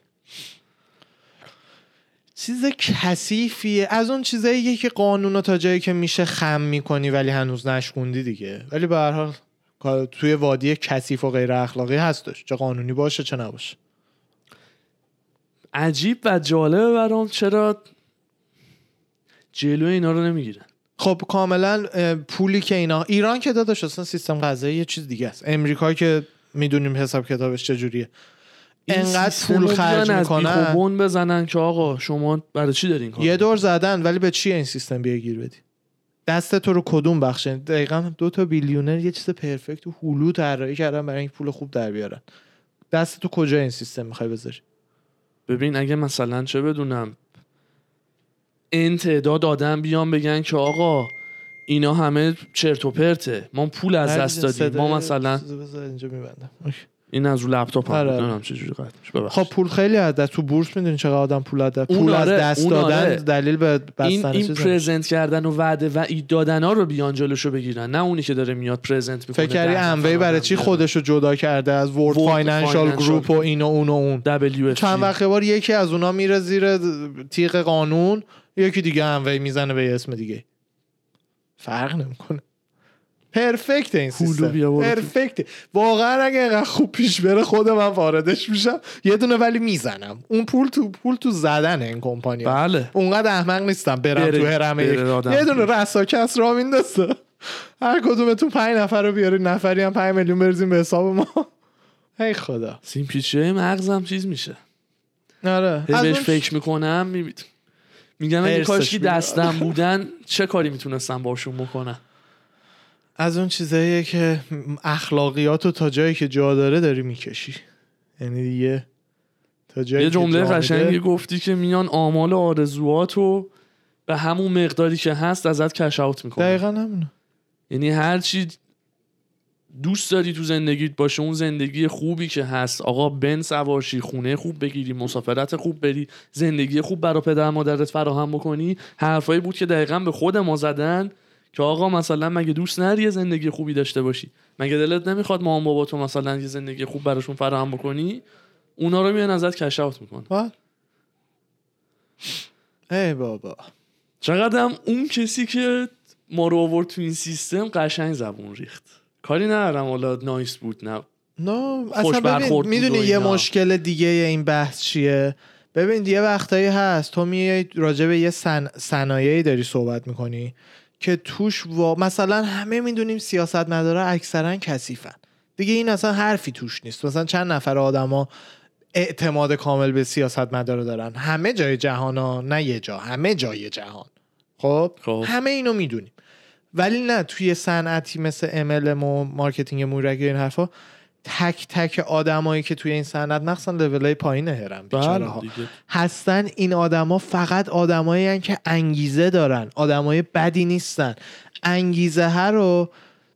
چیز کثیفیه، از اون چیزاییه که قانونا تا جایی که میشه خم میکنی ولی هنوز نشکوندی دیگه. ولی به هر حال توی وادی کثیف و غیر اخلاقی هستش، چه قانونی باشه چه نباشه.
عجیب و جالبه برام چرا جلوی اینا رو نمیگیرن.
خب کاملا پولی که ایران که داداش اصلا سیستم قضایی یه چیز دیگه است. امریکا که میدونیم حساب کتابش چجوریه، انقدر پول خرج میکنن
بیخوبون بزنن که آقا شما برای چی دارین کار؟
یه دور زدن ولی به چی این سیستم بگیر بدی؟ دست تو رو کدوم بخشن؟ دقیقاً 2 بیلیونر یه چیز پرفکت و هلو طراحی کردن برای اینکه پول خوب در بیارن. دست تو کجا این سیستم میخوای بذاری؟
ببین اگه مثلا چه بدونم این تعداد آدم بیان بگن که آقا اینا همه چرت و پرته، ما پول از دست دادیم، ما مثلا
اینجا میبندم
این از رو لپتاپ هم نمیدونم چه جوری قطع میشه.
خب پول خیلی عدد تو بورس میدونی چقدر آدم پول عدد پول از دست دادن دلیل به بستن
این پرزنت کردن و وعده و اید دادنا رو بیان جلوشو بگیرن، نه اونی که داره میاد پرزنت میکنه.
فکر کردی اموی برای چی خودشو جدا کرده از ورد فاینانشال گروپ و اینو اون و اون چند وقت بار یکی از اونا میره زیر تیغ قانون، یکی دیگه اموی میزنه به اسم دیگه، فرق نمیکنه. پرفکت این سیستم، پرفکت واقعا. اگه اینقدر خوب پیش بره خود من واردش میشم یه دونه، ولی میزنم اون پول تو زدن این کمپانی.
بله
اونقدر احمق نیستم برم تو هرم یه دونه رساکس را میندازه، هر کدومتون 5 نفر رو بیارید، نفری هم 5 میلیون بریزیم به حساب ما. ای خدا
سیمپیچه مغزم چیز میشه.
آره
بهش فکر میکنم میگم اگه کاشکی دستم بودن چه کاری میتونستم باشون بکنم.
از اون چیزاییه که اخلاقیاتو تا جایی که جا داره داری میکشی، یعنی دیگه تا جایی
یه جمله قشنگی گفتی که میان آمال و آرزوهاتو به همون مقداری که هست ازت کش اوت میکنه.
دقیقاً همونه.
یعنی هر چی دوست داری تو زندگیت باشه، اون زندگی خوبی که هست، آقا بن سوارشی، خونه خوب بگیری، مسافرت خوب بری، زندگی خوب برای پدر مادرت فراهم بکنی، حرفایی بود که دقیقاً به خود ما زدن که آقا مثلا مگه دوست نداری یه زندگی خوبی داشته باشی؟ مگه دلت نمیخواد مامان بابا تو مثلا یه زندگی خوب براشون فراهم بکنی؟ اونا رو میان ازت کش اوت میکنن.
ای بابا
چقدرم اون کسی که ما رو آورد تو این سیستم قشنگ زبون ریخت. کاری ندارم حالا نایس بود نه
اصلا میدونی یه مشکل دیگه این بحث چیه؟ ببین یه وقتایی هست تو میای راجع به یه صنایعی داری صحبت میکنی که توش مثلا همه میدونیم سیاستمدارا اکثرا کثیفن دیگه، این اصلا حرفی توش نیست. مثلا چند نفر آدما اعتماد کامل به سیاستمدارا دارن همه جای جهان ها، نه یه جا، همه جای جهان. خب همه اینو میدونیم، ولی نه توی صنعتی مثل MLM و مارکتینگ مورگی این حرفا تک تک آدمایی که توی این صنعت مخصوصا لولای پایین هرم بیچاره ها هستن، این آدما فقط آدمایی هستن که انگیزه دارن، آدمای بدی نیستن. انگیزه ها رو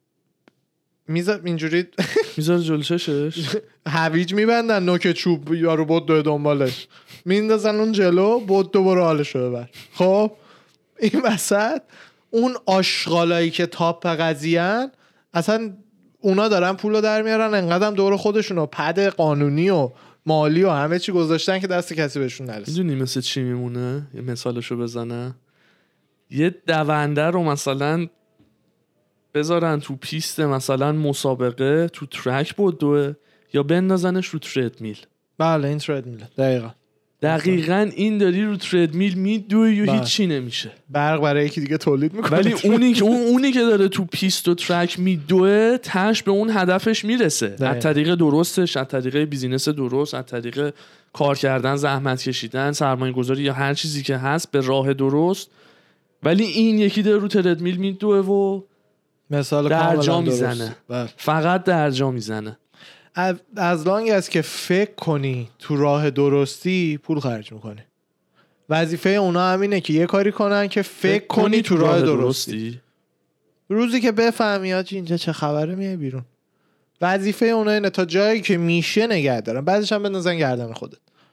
میذار اینجوری
میذار جلوی چشش
هویج میبندن، نوک چوب یارو بود دو دنبالش میندازن اون جلو، بود دوباره حالشو ببر. خب این وسط اون آشغالایی که تاپ قضیه‌ان اصلا اونا دارن پولو در میارن، انقدرم دور خودشونو پد قانونی و مالی و همه چی گذاشتن که دست کسی بهشون نرسه.
میدونی مثل چی میمونه؟ یه مثالشو بزنه، یه دونده رو مثلا بذارن تو پیست مثلا مسابقه تو ترک بدوه یا بندازنش رو تردمیل.
بله این تردمیل
دقیقاً این داری رو تردمیل میدوی و هیچی نمیشه،
برق برای یکی دیگه تولید میکنه.
ولی اونی که داره تو پیست و ترک میدوه تاش به اون هدفش میرسه از طریق درستش، از طریق بیزینس درست، از طریق کار کردن، زحمت کشیدن، سرمایه گذاری یا هر چیزی که هست به راه درست. ولی این یکی داره رو تردمیل میدوه و
مثال
درجا میزنه، فقط درجا میزنه.
از لانگ است که فکر کنی تو راه درستی پول خرج میکنی. وظیفه اونا همینه که یه کاری کنن که فکر کنی تو راه درستی. روزی که بفهمی اینجا چه خبره میای بیرون. وظیفه اونا اینه تا جایی که میشه نگه دارن، بعدش هم بندازن گردن خودت.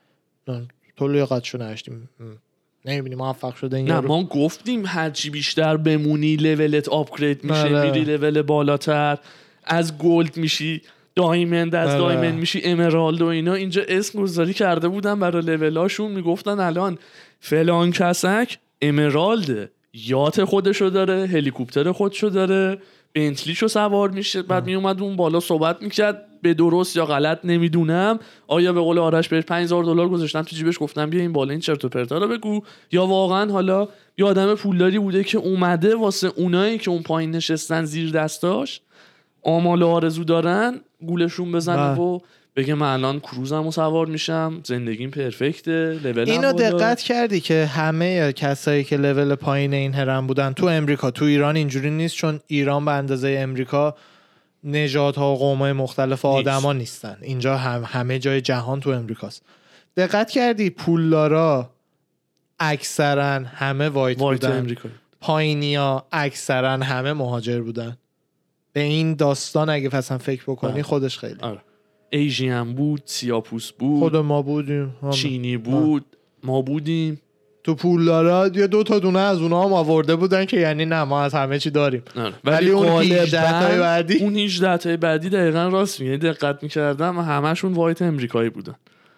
تو لیاقتشو نشدیم نمیبینی موفق شده این.
نه ما گفتیم هرچی بیشتر بمونی لولت آپگرید میشه، میری لول بالاتر، از گلد میشی دایمند، از دایمند میشی امرالد و اینا. اینجا اسم گذاری کرده بودن برای لولاشون، میگفتن الان فلان کسک امرالد، یات خودشو داره، هلیکوپتر خودشو داره، بنتلیشو سوار میشه. بعد میومد اون بالا صحبت میکرد، به درست یا غلط نمیدونم، آیا به قول آرش بهش $5000 گذاشتم تو جیبش گفتم بیا این بالا این چرت و پرتا رو بگو، یا واقعا حالا یه آدم پولداری بوده که اومده واسه اونایی که اون پایین نشستن زیر دستاش آمال و آرزو دارن گولشون بزنه و بگه من الان کروزمو سوار میشم، زندگیم پرفکته، لولم.
اینو دقت کردی که همه کسایی که لول پایین این هرم بودن تو امریکا، تو ایران اینجوری نیست، چون ایران به اندازه امریکا نژادها و قوم‌های مختلف آدما نیستن. اینجا همه جای جهان تو امریکاست. دقت کردی پولدارا اکثرا همه وایت بودن، پایینیا اکثرا همه مهاجر بودن. به این داستان اگه مثلا فکر بکنی خودش خیلی
ایژین بود، سیاپوس بود،
خود ما بودیم،
چینی بود، ما بودیم.
تو پولدارا یه 2 تا دونه از اونها هم آورده بودن که یعنی نه ما از همه چی داریم. ولی اون 18 تای بعدی،
اون 18 تای بعدی دقیقاً راست میگه. دقت می‌کردم همشون وایت امریکایی بودن.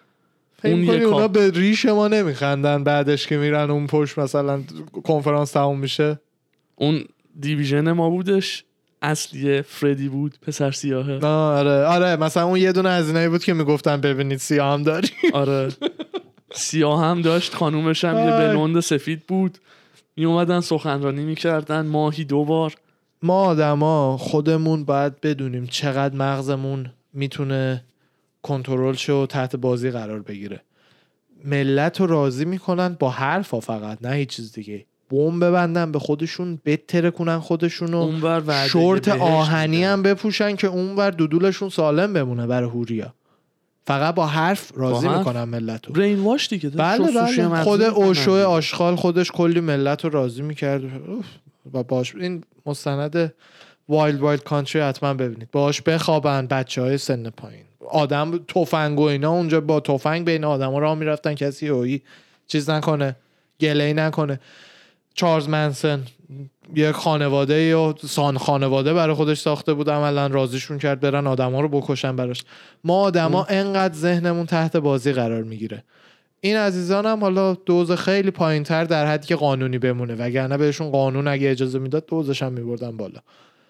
اون اونا به ریش ما نمیخندن بعدش که میرن اون پشت مثلا کنفرانس تموم میشه.
اون دیویژن ما بودش، اصلیه فردی بود، پسر سیاهه.
آره مثلا اون یه دونه از اینایی بود که میگفتن ببینید سیاه هم داری.
آره سیاه هم داشت، خانومش هم یه بلوند سفید بود. می اومدن سخنرانی میکردن ماهی 2 بار.
ما آدما خودمون باید بدونیم چقدر مغزمون میتونه کنترل شه و تحت بازی قرار بگیره. ملت رو راضی میکنن با حرفا فقط، نه هیچ چیز دیگه. بمب ببندن به خودشون، بتره کنن خودشونو، شورت آهنی هم بپوشن که اونور دودولشون سالم بمونه برای هوریا. فقط با حرف راضی میکنن ملت رو.
برین واش دیگه.
بله خود اوشو آشغال خودش کلی ملت رو راضی میکرد و باش. این مستند وایلد کانتری حتما ببینید، باش بخوابن بچهای سن پایین. آدم تفنگ و اینا اونجا با تفنگ بین آدما راه میرفتن، کسی هویی چیز نکنه، گله‌ای نکنه. چارلز منسن یک خانواده یا خانواده برای خودش ساخته بود، عملا راضیشون کرد برن آدما رو بکشن براش. ما آدما انقدر ذهنمون تحت بازی قرار میگیره. این عزیزانم حالا دوز خیلی پایینتر در حدی که قانونی بمونه، وگرنه بهشون قانون اگه اجازه میداد دوزش هم میبردن بالا.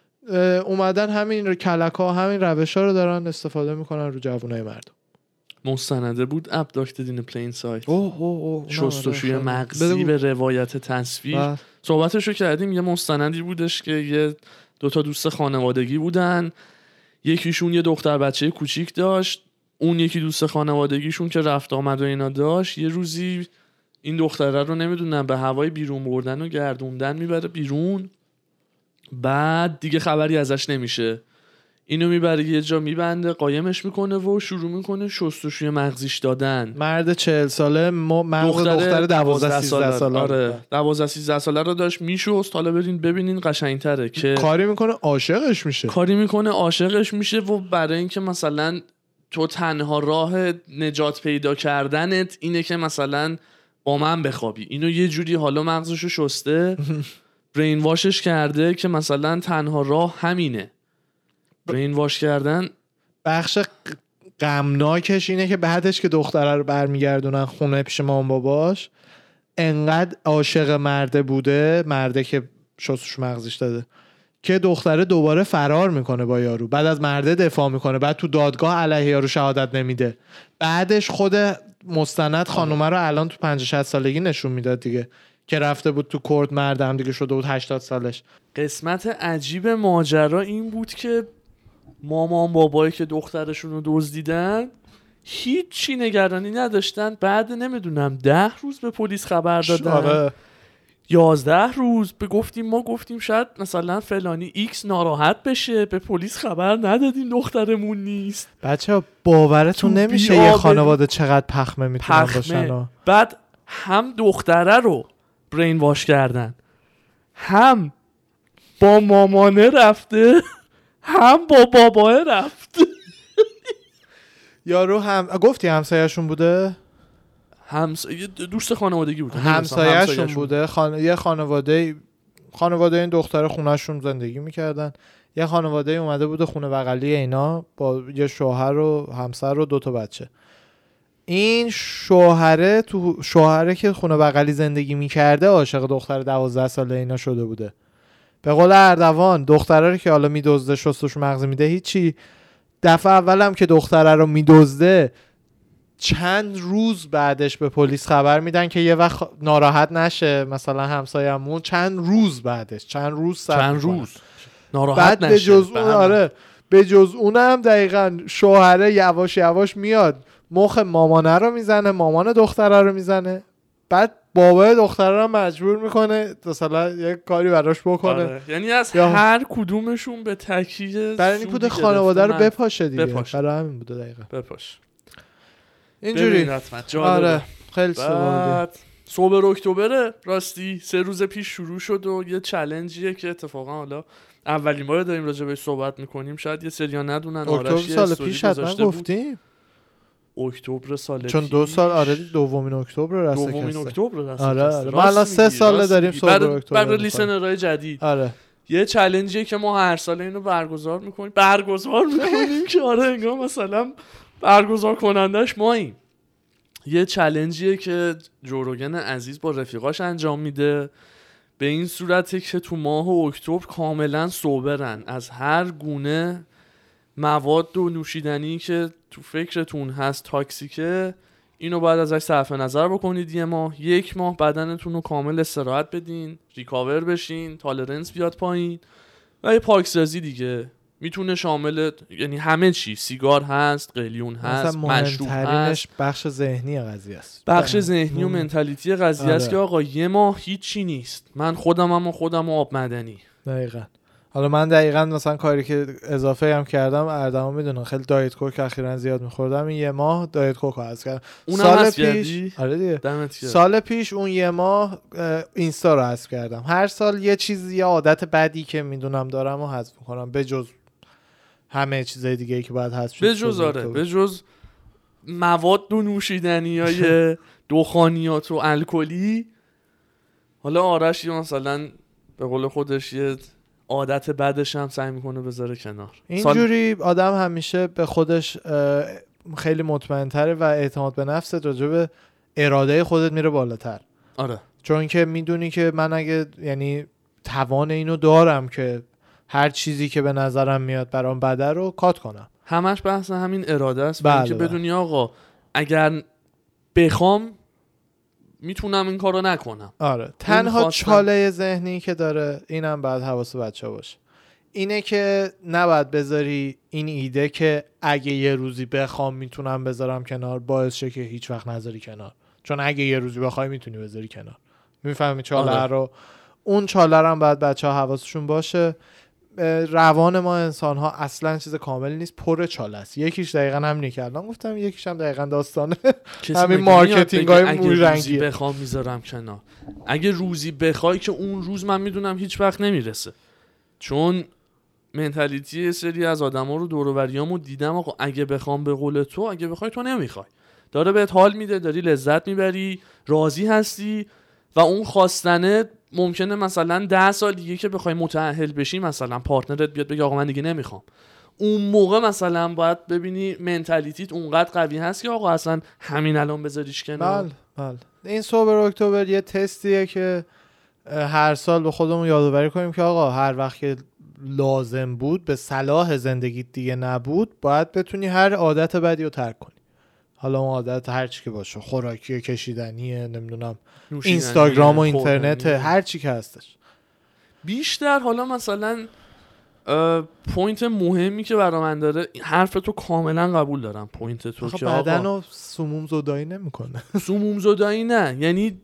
اومدن همین کلک‌ها، همین روش‌ها رو دارن استفاده میکنن رو جوانای مردم.
مستنده بود Abducted in a Plain Sight. شستشوی مغزی به روایت تصویر. صحبتشو کردیم. یه مستندی بودش که یه 2 تا دوست خانوادگی بودن، یکیشون یه دختر بچه کوچیک داشت، اون یکی دوست خانوادگیشون که رفت آمد و اینا داشت، یه روزی این دختره رو نمیدونم به هوای بیرون بردن و گردوندن میبره بیرون، بعد دیگه خبری ازش نمیشه. اینو میبره یه جا میبنده، قایمش میکنه و شروع میکنه شستشوی مغزیش دادن.
مرد 40 ساله مغز دختر 12 13 ساله.
آره 12 13 ساله رو داشت میشست. حالا ببینین قشنگتره که
کاری میکنه عاشقش میشه و برای اینکه مثلا تو تنها راه نجات پیدا کردنت اینه که مثلا با من بخوابی، اینو یه جوری حالا مغزشو شسته برین واشش کرده که مثلا تنها راه همینه. برین واش کردن. بخش غمناکش اینه که بعدش که دختره رو برمیگردونن خونه پیش مام باباش، انقدر عاشق مرده بوده، مرده که شستشو مغزش داده، که دختره دوباره فرار میکنه با یارو، بعد از مرده دفاع میکنه، بعد تو دادگاه علیه یارو شهادت نمیده. بعدش خود مستند خانومه رو الان تو 50 60 سالگی نشون میداد دیگه، که رفته بود تو کورت، مردم دیگه شده بود 80 سالش.
قسمت عجیب ماجرا این بود که مامان بابایی که دخترشون رو دزدیدن هیچی نگرانی نداشتن. بعد نمیدونم 10 روز به پلیس خبر دادن، 11 روز ما گفتیم شاید مثلا فلانی ایکس ناراحت بشه، به پلیس خبر ندادیم دخترمون نیست.
بچه باورتون نمیشه یه خانواده چقدر پخمه میتونن باشن.
بعد هم دختره رو برین واش کردن، هم با مامانه رفته، هم با باباه رفت.
یارو هم گفتی همسایه‌شون بوده؟
دوست خانوادگی بوده.
همسایه‌شون بوده. یه خانواده این دختر خونه‌شون زندگی میکردن. یه خانواده اومده بوده خونه بغلی اینا با یه شوهر و همسر و 2 تا بچه. این شوهره که خونه بغلی زندگی میکرده عاشق دختر 12 ساله اینا شده بوده. به قول اردوان دختره رو که حالا میدزده شستشو مغزی میده هیچی. دفعه اولم که دختره رو میدزده چند روز بعدش به پلیس خبر میدن که یه وقت ناراحت نشه مثلا همسایه‌مون، چند روز ناراحت نشه. به جز اونم دقیقاً شوهره یواش یواش میاد مخ مامانه رو میزنه، مامان دختره رو میزنه، بعد بابای دختره رو مجبور میکنه مثلا یه کاری براش بکنه.
آره. یعنی از هر کدومشون به تکیه
برای این بوده خانواده رو بپاشه دیگه. برای همین بوده دقیقاً
بپاش
اینجوری. آره خیلی سوالی.
سوبر اکتبر راستی 3 روز پیش شروع شد و یه چالنجیه که اتفاقا حالا اولین بار داریم راجع بهش صحبت میکنیم، شاید یه سریا ندونن.
اکتبر سال پیش حتما گفتیم،
اکتبر سال
چون 2 سال آره دومین اکتبر رسته.
دومین اکتبر رسته.
آره ما الان 3 سال داریم سوبر اکتبر
برای لیسنرهای جدید.
آره
یه چالنجیه که ما هر سال اینو برگزار میکنیم که آره انگار مثلا برگزار کنندش ماییم. یه چالنجیه که جو روگن عزیز با رفیقاش انجام میده، به این صورته که تو ماه اکتبر کاملا سوبرن از هر گونه مواد و نوشیدنی که تو فکرتون هست تاکسیکه، اینو باید ازش صرف نظر بکنید. یک ماه بدنتون رو کامل استراحت بدین، ریکاور بشین، تالرنس بیاد پایین و یه پاکسازی دیگه. میتونه شامل یعنی همه چی، سیگار هست، قلیون هست، مشروب هست.
بخش ذهنی قضیه است،
بخش ذهنی و منتالیتی قضیه است که آقا یه ماه هیچی نیست، من خودم آب مدنی.
دقیقاً. حالا من دقیقاً مثلا کاری که اضافه هم کردم، اردم میدونن خیلی دایت کوک اخیراً زیاد میخوردم، این یه ماه دایت کوک رو حذف کردم.
سال پیش
آره دیگه سال پیش اون یه ماه اینستا رو حذف کردم. هر سال یه چیز، یه عادت بدی که میدونم دارم رو حذف میکنم، بجز همه چیزای دیگه که باید حذف شه.
بجز مواد و نوشیدنیای دخانیات و الکلی. حالا آرش مثلا به قول خودش یه عادت بعدش هم سعی میکنه بذاره کنار.
اینجوری آدم همیشه به خودش خیلی مطمئن‌تره و اعتماد به نفست راجع به اراده خودت میره بالاتر.
آره
چون که میدونی که من اگه یعنی توان اینو دارم که هر چیزی که به نظرم میاد برام بده رو کات کنم.
همش بحث همین اراده است.
بله
که بدونی آقا اگر بخوام میتونم این کارو نکنم.
آره تنها چاله ذهنی که داره اینم بعد حواس بچه‌ها باشه، اینه که نباید بذاری این ایده که اگه یه روزی بخوام میتونم بذارم کنار، باعث شه که هیچ وقت نذاری کنار. چون اگه یه روزی بخوای میتونی بذاری کنار. میفهمی چاله رو؟ اون چاله هم باید بچه‌ها حواسشون باشه. روان ما انسان ها اصلا چیز کامل نیست، پر چاله است. یکیش دقیقاً همینی که الان گفتم، یکیش هم دقیقاً داستانه همین مارکتینگ های موشنگی.
اگه بخوام میذارم کنار، اگه روزی بخوای که اون روز من میدونم هیچ وقت نمیرسه. چون منتالیتی سری از آدما رو دور و بریامو دیدم، آقا اگه بخوام به قول تو، اگه بخوای تو نمیخوای، داره بهت حال میده، داری لذت میبری، راضی هستی و اون خواستنه ممکنه مثلا 10 سال دیگه که بخوای متأهل بشی، مثلا پارتنرت بیاد بگه آقا من دیگه نمیخوام. اون موقع مثلا باید ببینی منتالیتیت اونقدر قوی هست که آقا اصلا همین الان بذاریش کنار.
بله. این سوبر اکتبر یه تستیه که هر سال به خودمون یادآوری کنیم که آقا هر وقت که لازم بود، به صلاح زندگیت دیگه نبود، باید بتونی هر عادت بدی رو ترک کنی. حالا اون عادت هر چی که باشه، خوراکی، کشیدنیه، نمیدونم اینستاگرام و اینترنت، هر چی که هستش.
بیشتر حالا مثلا پوینت مهمی که برای من داره، حرف تو کاملا قبول دارم، پوینت تو که
بدنو سموم زدایی نمیکنه.
سموم زدایی نه، یعنی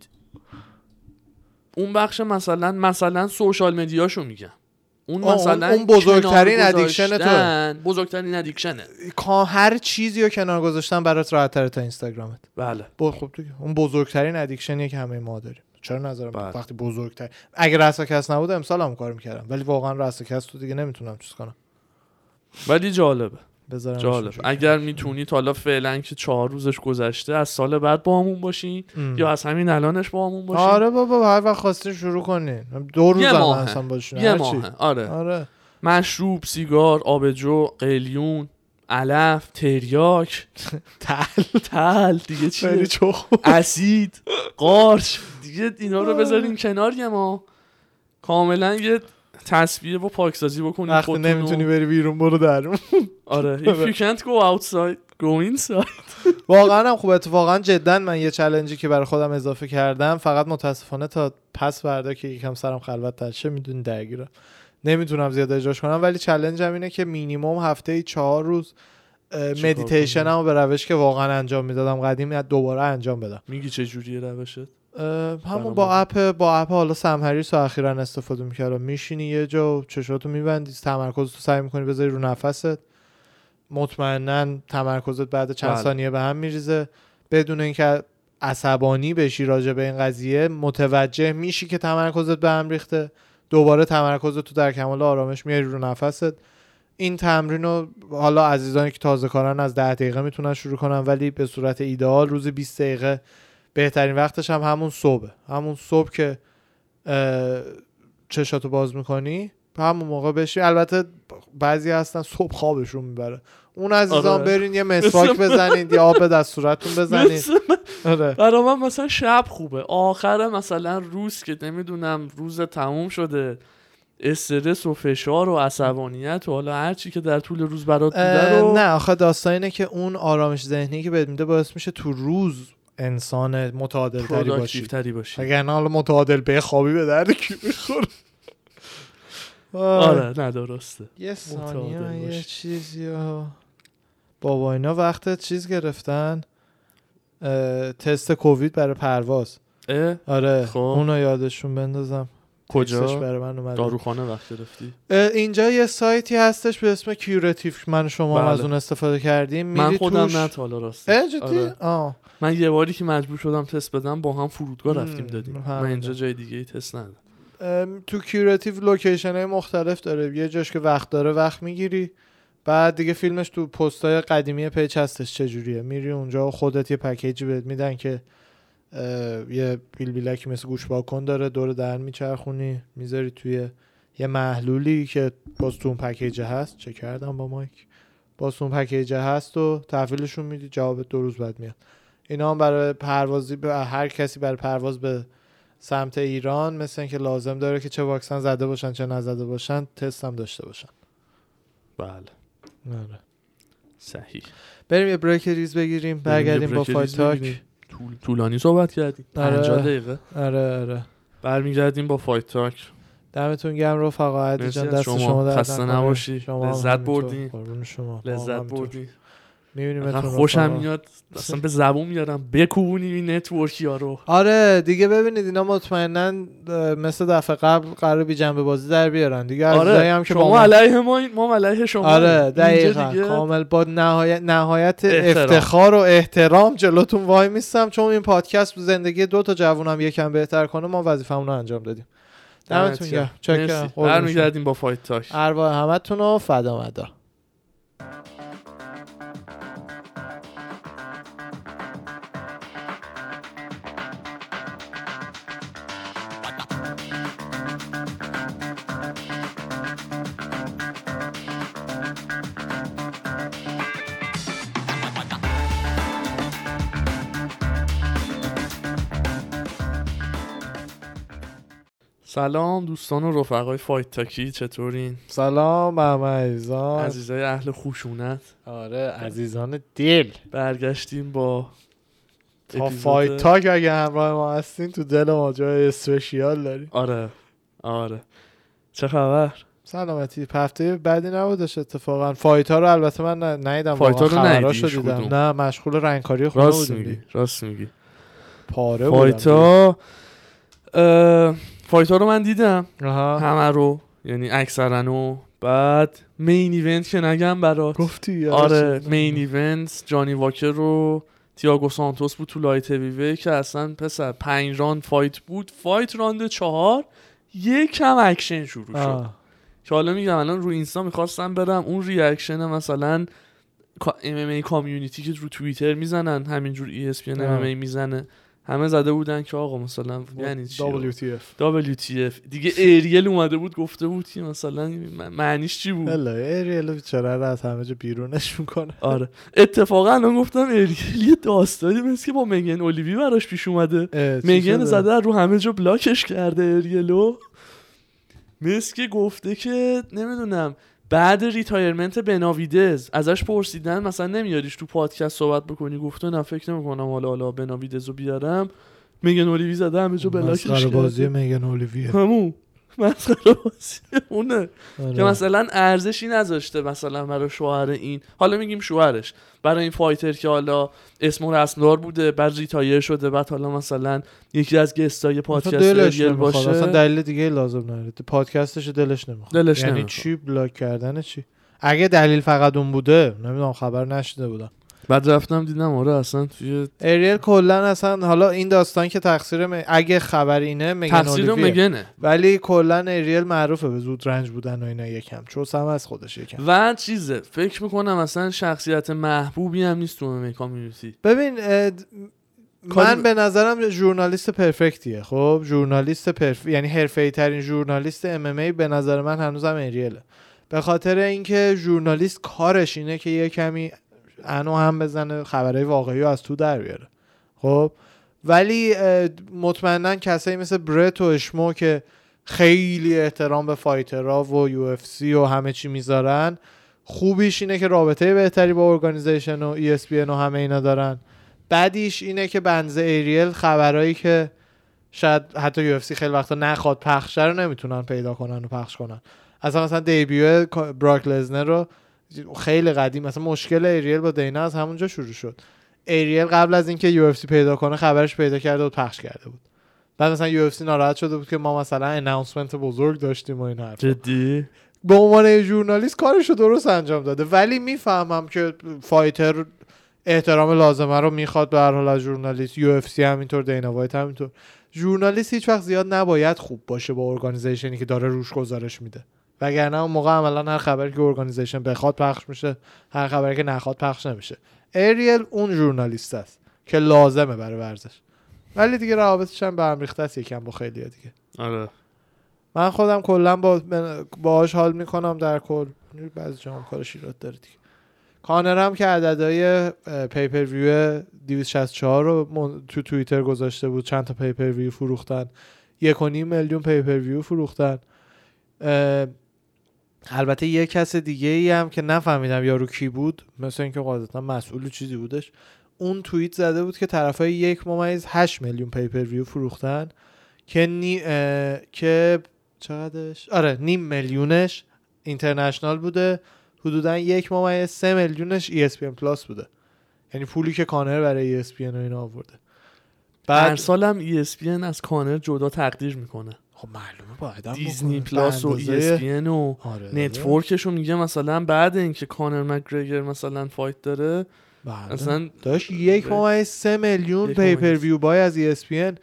اون بخش مثلا سوشال مدیاشو میگم، اون مثلا
اون بزرگترین ادیکشن تو،
بزرگترین ادیکشنه.
هر چیزی رو کنار گذاشتن برات راحت‌تره تا اینستاگرامت.
بله
خب دیگه اون بزرگترین ادیکشنیه که همه ما داریم. چرا نظرم وقتی بزرگتر، اگه رساکست نبود امسال هم کار میکردم، ولی واقعا رساکست تو دیگه نمیتونم چیز کنم.
ولی جالبه اگر میتونید حالا فعلا که 4 روزش گذشته، از سال بعد با همون باشین یا از همین الانش با همون باشین.
آره بابا هر وقت خواستین شروع کنین، 2 روز هم اصلا باشین،
یه ماهه. آره مشروب، سیگار، آبجو، قلیون، علف، تریاک، تل دیگه چیه، اسید، قارچ دیگه، اینا رو بذارین کنار یه ماه، کاملا یه تصفیه و پاکسازی بکنین.
وقتی نمیتونی بری بیرون برو درون.
آره if you can't go outside go inside.
واقعا هم خوب. اتفاقا جدا من یه چالنجی که برای خودم اضافه کردم، فقط متاسفانه تا پس فردا که یکم سرم خلوت تر شه میدونی درگیرم، نمیتونم زیاد اجراش کنم، ولی چالنجم اینه که مینیمم هفته 4 روز مدیتیشنمو به روش که واقعا انجام میدادم قدیم دوباره انجام بدم.
میگی چه جوریه روشت؟
همون با اپ حالا سمهریس رو اخیراً استفاده میکردم. میشینی یه جا، چشاتو میبندی، تمرکزتو سعی میکنی بذاری رو نفست، مطمئناً تمرکزت بعد چند ثانیه به هم میریزه، بدون اینکه عصبانی بشی راجع به این قضیه، متوجه میشی که تمرکزت به هم ریخته، دوباره تمرکزت تو در کمال آرامش میاری رو نفست. این تمرین رو حالا عزیزانی که تازه کارن از 10 دقیقه میتونن شروع کنن، ولی به صورت ایدئال روز 20 دقیقه بهترین وقتش هم همون صبح، همون صبح که چشاتو باز میکنی همون موقع بشی. البته بعضی هستن صبح خوابشون میبره، اون عزیزان برین یه مسواک بزنید یا آب به صورتتون بزنید.
برای من مثلا شب خوبه، آخر مثلا روز که نمیدونم روز تموم شده، استرس و فشار و عصبانیت و حالا هر چی که در طول روز برات بوده رو
نه آخه داستان اینه که اون آرامش ذهنی که بهت میده باعث میشه تو روز انسان متعادل تری باشی. اگر نه حالا متعادل بخوابی به درد کی میخوره.
آره نه درسته.
یه ثانیه یه چیزی بابا اینا وقت چیز گرفتن تست کووید برای پرواز. آره خب. اونو یادشون بندازم.
کجا؟
برای من اومده.
داروخانه وقت گرفتی؟
اینجا یه سایتی هستش به اسم کیوراتیف، من شما از اون استفاده کردیم.
من خودم نه حالا راسته.
جدی؟
آره. من یه باری که مجبور شدم تست بدم با هم فرودگاه رفتیم دادیم. من اینجا جای دیگه ای تست ندادم.
تو کیوراتیف لوکیشن های مختلف داره، یه جاش که وقت داره وقت میگیری، بعد دیگه فیلمش تو پستای قدیمی پیج هستش چجوریه، میری اونجا خودت یه پکیجی بهت میدن که یه بیلبیلکی مثل گوش واکن داره، دور دهن میچرخونی میذاری توی یه محلولی که باز تو اون پکیج هست، چک کردم با مایک، باز تو اون پکیج هست و تحویلشون میدی، جواب 2 روز بعد میاد. اینا هم برای پروازی هر کسی برای پرواز به سمت ایران مثل اینکه لازم داره که چه واکسن زده باشن چه نزده باشن تست هم داشته باشن.
بله
آره
صحیح.
بریم یه بریک ریز بگیریم، برگردیم با فایت تاک.
طولانی صحبت کردیم 50 دقیقه.
آره
برمیگردیم با فایت تاک.
دمتون گرم رفقا، عادی جان دست شما در
خسته نباشی، لذت بردین. لذت بردین.
میبینیم
خوشم میاد اصلا به زبون میارم بکوبونیم این نتورکی ها رو.
آره دیگه ببینید اینا مطمئناً مثل دفعه قبل قرار بی جنبه بازی در بیارن دیگه.
آره هم که شما علیه ما علیه شما.
آره دقیقاً کامل با نهایت افتخار و احترام جلوتون وای میستم، چون این پادکست زندگی 2 تا جوونم یکم بهتر کنه، ما وظیفمون رو انجام دادیم. دمتون گرم. چاکرم.
برمیگردیم با فایت تاک.
ارواح همتون رو فدا مدا.
سلام دوستان و رفقای فایت تاکی، چطورین؟
سلام عزیزان،
عزیزای اهل خشونت.
آره عزیزان دل،
برگشتیم با
فایت تاک. اگه همراه ما هستین تو دل ما جای اسپشیال داریم.
آره چه خبر؟
سلامتی. هفته بعدی نبودش اتفاقا. فایت ها رو البته من ندیدم،
فایت ها رو
خبراشو دیدم. نه مشغول رنگکاری خونه بودیم.
راست میگی
پاره
فایت ها رو من دیدم همه رو، یعنی اکثرا. بعد مین ایونت که نگم برات
گفتی؟
آره مین ایونت جانی واکر رو تییاگو سانتوس بود تو لایت هیوی که اصلا پسر 5 راند فایت بود. فایت راند 4 یکم اکشن شروع شد که حالا میگم الان رو اینستا میخواستم برم اون ریاکشن مثلا MMA کامیونیتی که رو توییتر میزنن همینجور ESPN MMA میزنه، همه زده بودن که آقا مثلا یعنی چی WTF دیگه. ایریل اومده بود گفته بود که مثلا معنیش چی بود.
الا ایریل بیچاره رو از همه جا بیرونش میکنه.
آره اتفاقا الان گفتم ایریل یه داستانی مثل که با میگن اولیوی براش پیش اومده. میگن زده رو همه جا بلاکش کرده ایریلو، مثل که گفته که نمیدونم بعد ریتایرمنت بناویدز ازش پرسیدن مثلا نمیاریش تو پادکست صحبت بکنی، گفته نه فکر نمیکنم حالا بناویدز رو بیارم. میگن اولیوی زده همه جا بلاکش کرده.
مسخره بازی میگن اولیویه،
همون مسخره بازی اونه که مثلا ارزشی نذاشته مثلا برای شوهر این، حالا میگیم شوهرش، برای این فایتر که حالا اسم رسمدار بوده بعد ریتایر شده، بعد حالا مثلا یکی از گستای پادکست باشه،
مثلا دلیل دیگه لازم نداره پادکستش دلش نمیخواد. یعنی چی بلاک کردن چی؟ اگه دلیل فقط اون بوده نمیدونم، خبر نشده بودم.
بعد رفتم دیدم آره اصلا توی
اریل کلا اصلا، حالا این داستان که تقصیر اگه خبر اینه مگن
مگنه،
ولی کلا اریل معروفه به زود رنج بودن و اینا، یکم چوس هم از خودش یکم
و چیزه فکر میکنم اصلا شخصیت محبوبی هم نیست تو MMA کامیونیتی.
ببین من به نظرم ژورنالیست پرفکتیه. خب ژورنالیست یعنی حرفه‌ای ترین ژورنالیست MMA به نظر من هنوزم اریله، به خاطر اینکه ژورنالیست کارش اینه که یه کمی انو هم بزنه، خبرهای واقعی رو از تو در بیاره. خب ولی مطمئنا کسایی مثل برت و اشمو که خیلی احترام به فایترها و UFC و همه چی میذارن، خوبیش اینه که رابطه بهتری با ارگانیزیشن و ESPN و همه اینا دارن. بعدیش اینه که بنز ایریل خبرایی که شاید حتی UFC خیلی وقتا نخواد پخش رو نمیتونن پیدا کنن و پخش کنن. مثلا دیبیو براک لزنر رو خیلی قدیم، مثلا مشکل ایریل با دینا از همونجا شروع شد. ایریل قبل از اینکه UFC پیدا کنه خبرش پیدا کرده و پخش کرده بود. بعد مثلا UFC ناراحت شده بود که ما مثلا اناونسمنت بزرگ داشتیم و این حرفا.
جدی
به عنوان ژورنالیست کارشو درست انجام داده، ولی میفهمم که فایتر احترام لازمه رو میخواد به هر حال از ژورنالیست. UFC همینطور، دینا وایت همینطور. ژورنالیست هیچ وقت زیاد نباید خوب باشه با ارگانیزیشنی که داره روش گزارش میده، وگرنه اون موقع عملا هر خبری که ارگانیزیشن بخواد پخش میشه، هر خبری که نخواد پخش نمیشه. ایریل اون ژورنالیست است که لازمه برای ورزش، ولی دیگه روابطش هم به هم ریخته است یکم با خیلی‌ها دیگه.
آره
من خودم کلا باهاش حال میکنم در کل. بعضی جام کارش ایراد داره دیگه. کانر هم که عددهای پیپر ویو 264 رو تو توییتر گذاشته بود، چند تا پیپر ویو فروختن، 1.5 میلیون پیپر ویو فروختن. البته یه کس دیگه ای هم که نفهمیدم یارو کی بود، مثل اینکه قاعدتا مسئول چیزی بودش، اون توییت زده بود که طرفای 1.8 میلیون پیپر ویو فروختن که چقدرش؟ آره 0.5 میلیونش اینترنشنال بوده، حدوداً 1.3 میلیونش ESPN پلاس بوده، یعنی پولی که کانر برای ESPN و اینا آورده.
بعد هر سالم ESPN از کانر جدا تقدیر میکنه.
خب معلومه باید
دیزنی پلاس و ESPN و نتورکشو میگه مثلا بعد اینکه کانر مکگرگر مثلا فایت داره مثلا
داشت 1.3 میلیون پیپر ویو بای از ESPN.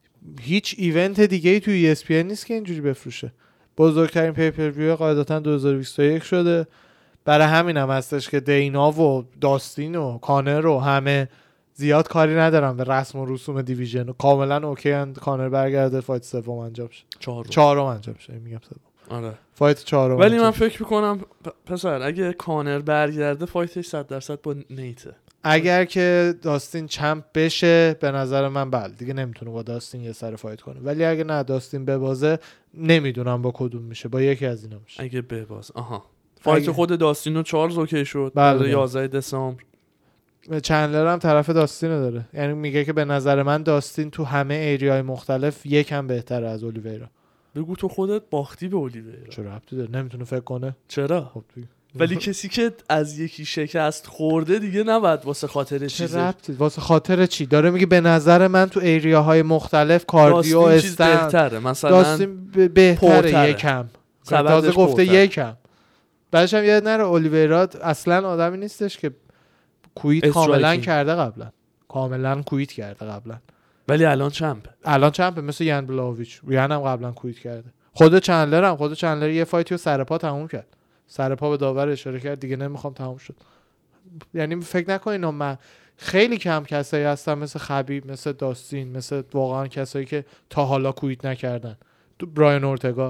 هیچ ایونت دیگه ای توی ESPN نیست که اینجوری بفروشه. بزرگترین پیپر ویو قاعدتا 2021 شده. برای همین هم هستش که دینا و داستین و کانر و همه زیاد کاری ندارن به رسم و رسوم دیویژن و کاملا اوکی اند کانر برگرده فایت سوم انجام شه، چهارم انجام شه، میگم سوم.
آره
فایت چهارم.
ولی من فکر میکنم پسر اگه کانر برگرده فایتش 100% با نیته.
اگر که داستین چمپ بشه به نظر من بله دیگه نمیتونه با داستین یه سر فایت کنه، ولی اگه نه داستین ببازه نمیدونم با کدوم میشه، با یکی از اینا میشه.
اگه بباز فایت خود داستین و چارلز اوکی شد
بله
11 دسامبر.
چندلر هم طرف داستین داره، یعنی میگه که به نظر من داستین تو همه ایریای مختلف یکم بهتره از اولیویرا.
بگو تو خودت باختی به اولیویرا.
چرا ربطی داره؟ نمیتونه فکر کنه.
چرا؟ خب ولی کسی که از یکی شکست خورده دیگه نباید واسه خاطر چیزی.
واسه خاطر چی؟ داره میگه به نظر من تو ایریاهای مختلف کاردیو استند
بهتره، مثلا
داستین بهتره یکم. تازه گفته یکم. بعدش هم یاد نره اولیویرا اصلا آدمی نیستش که کویت کاملا کرده قبلا. کاملا کویت کرده قبلا.
ولی الان چمپه
مثل یان بلاویچ. یان هم قبلا کویت کرده. خود چندلر یه فایتیو سر پا تموم کرد. سر پا به داور اشاره کرد دیگه نمیخوام تموم شد. یعنی فکر نکنین من خیلی کم کسایی هستن مثل خبیب، مثل داستین، مثل واقعا کسایی که تا حالا کویت نکردن. تو برایان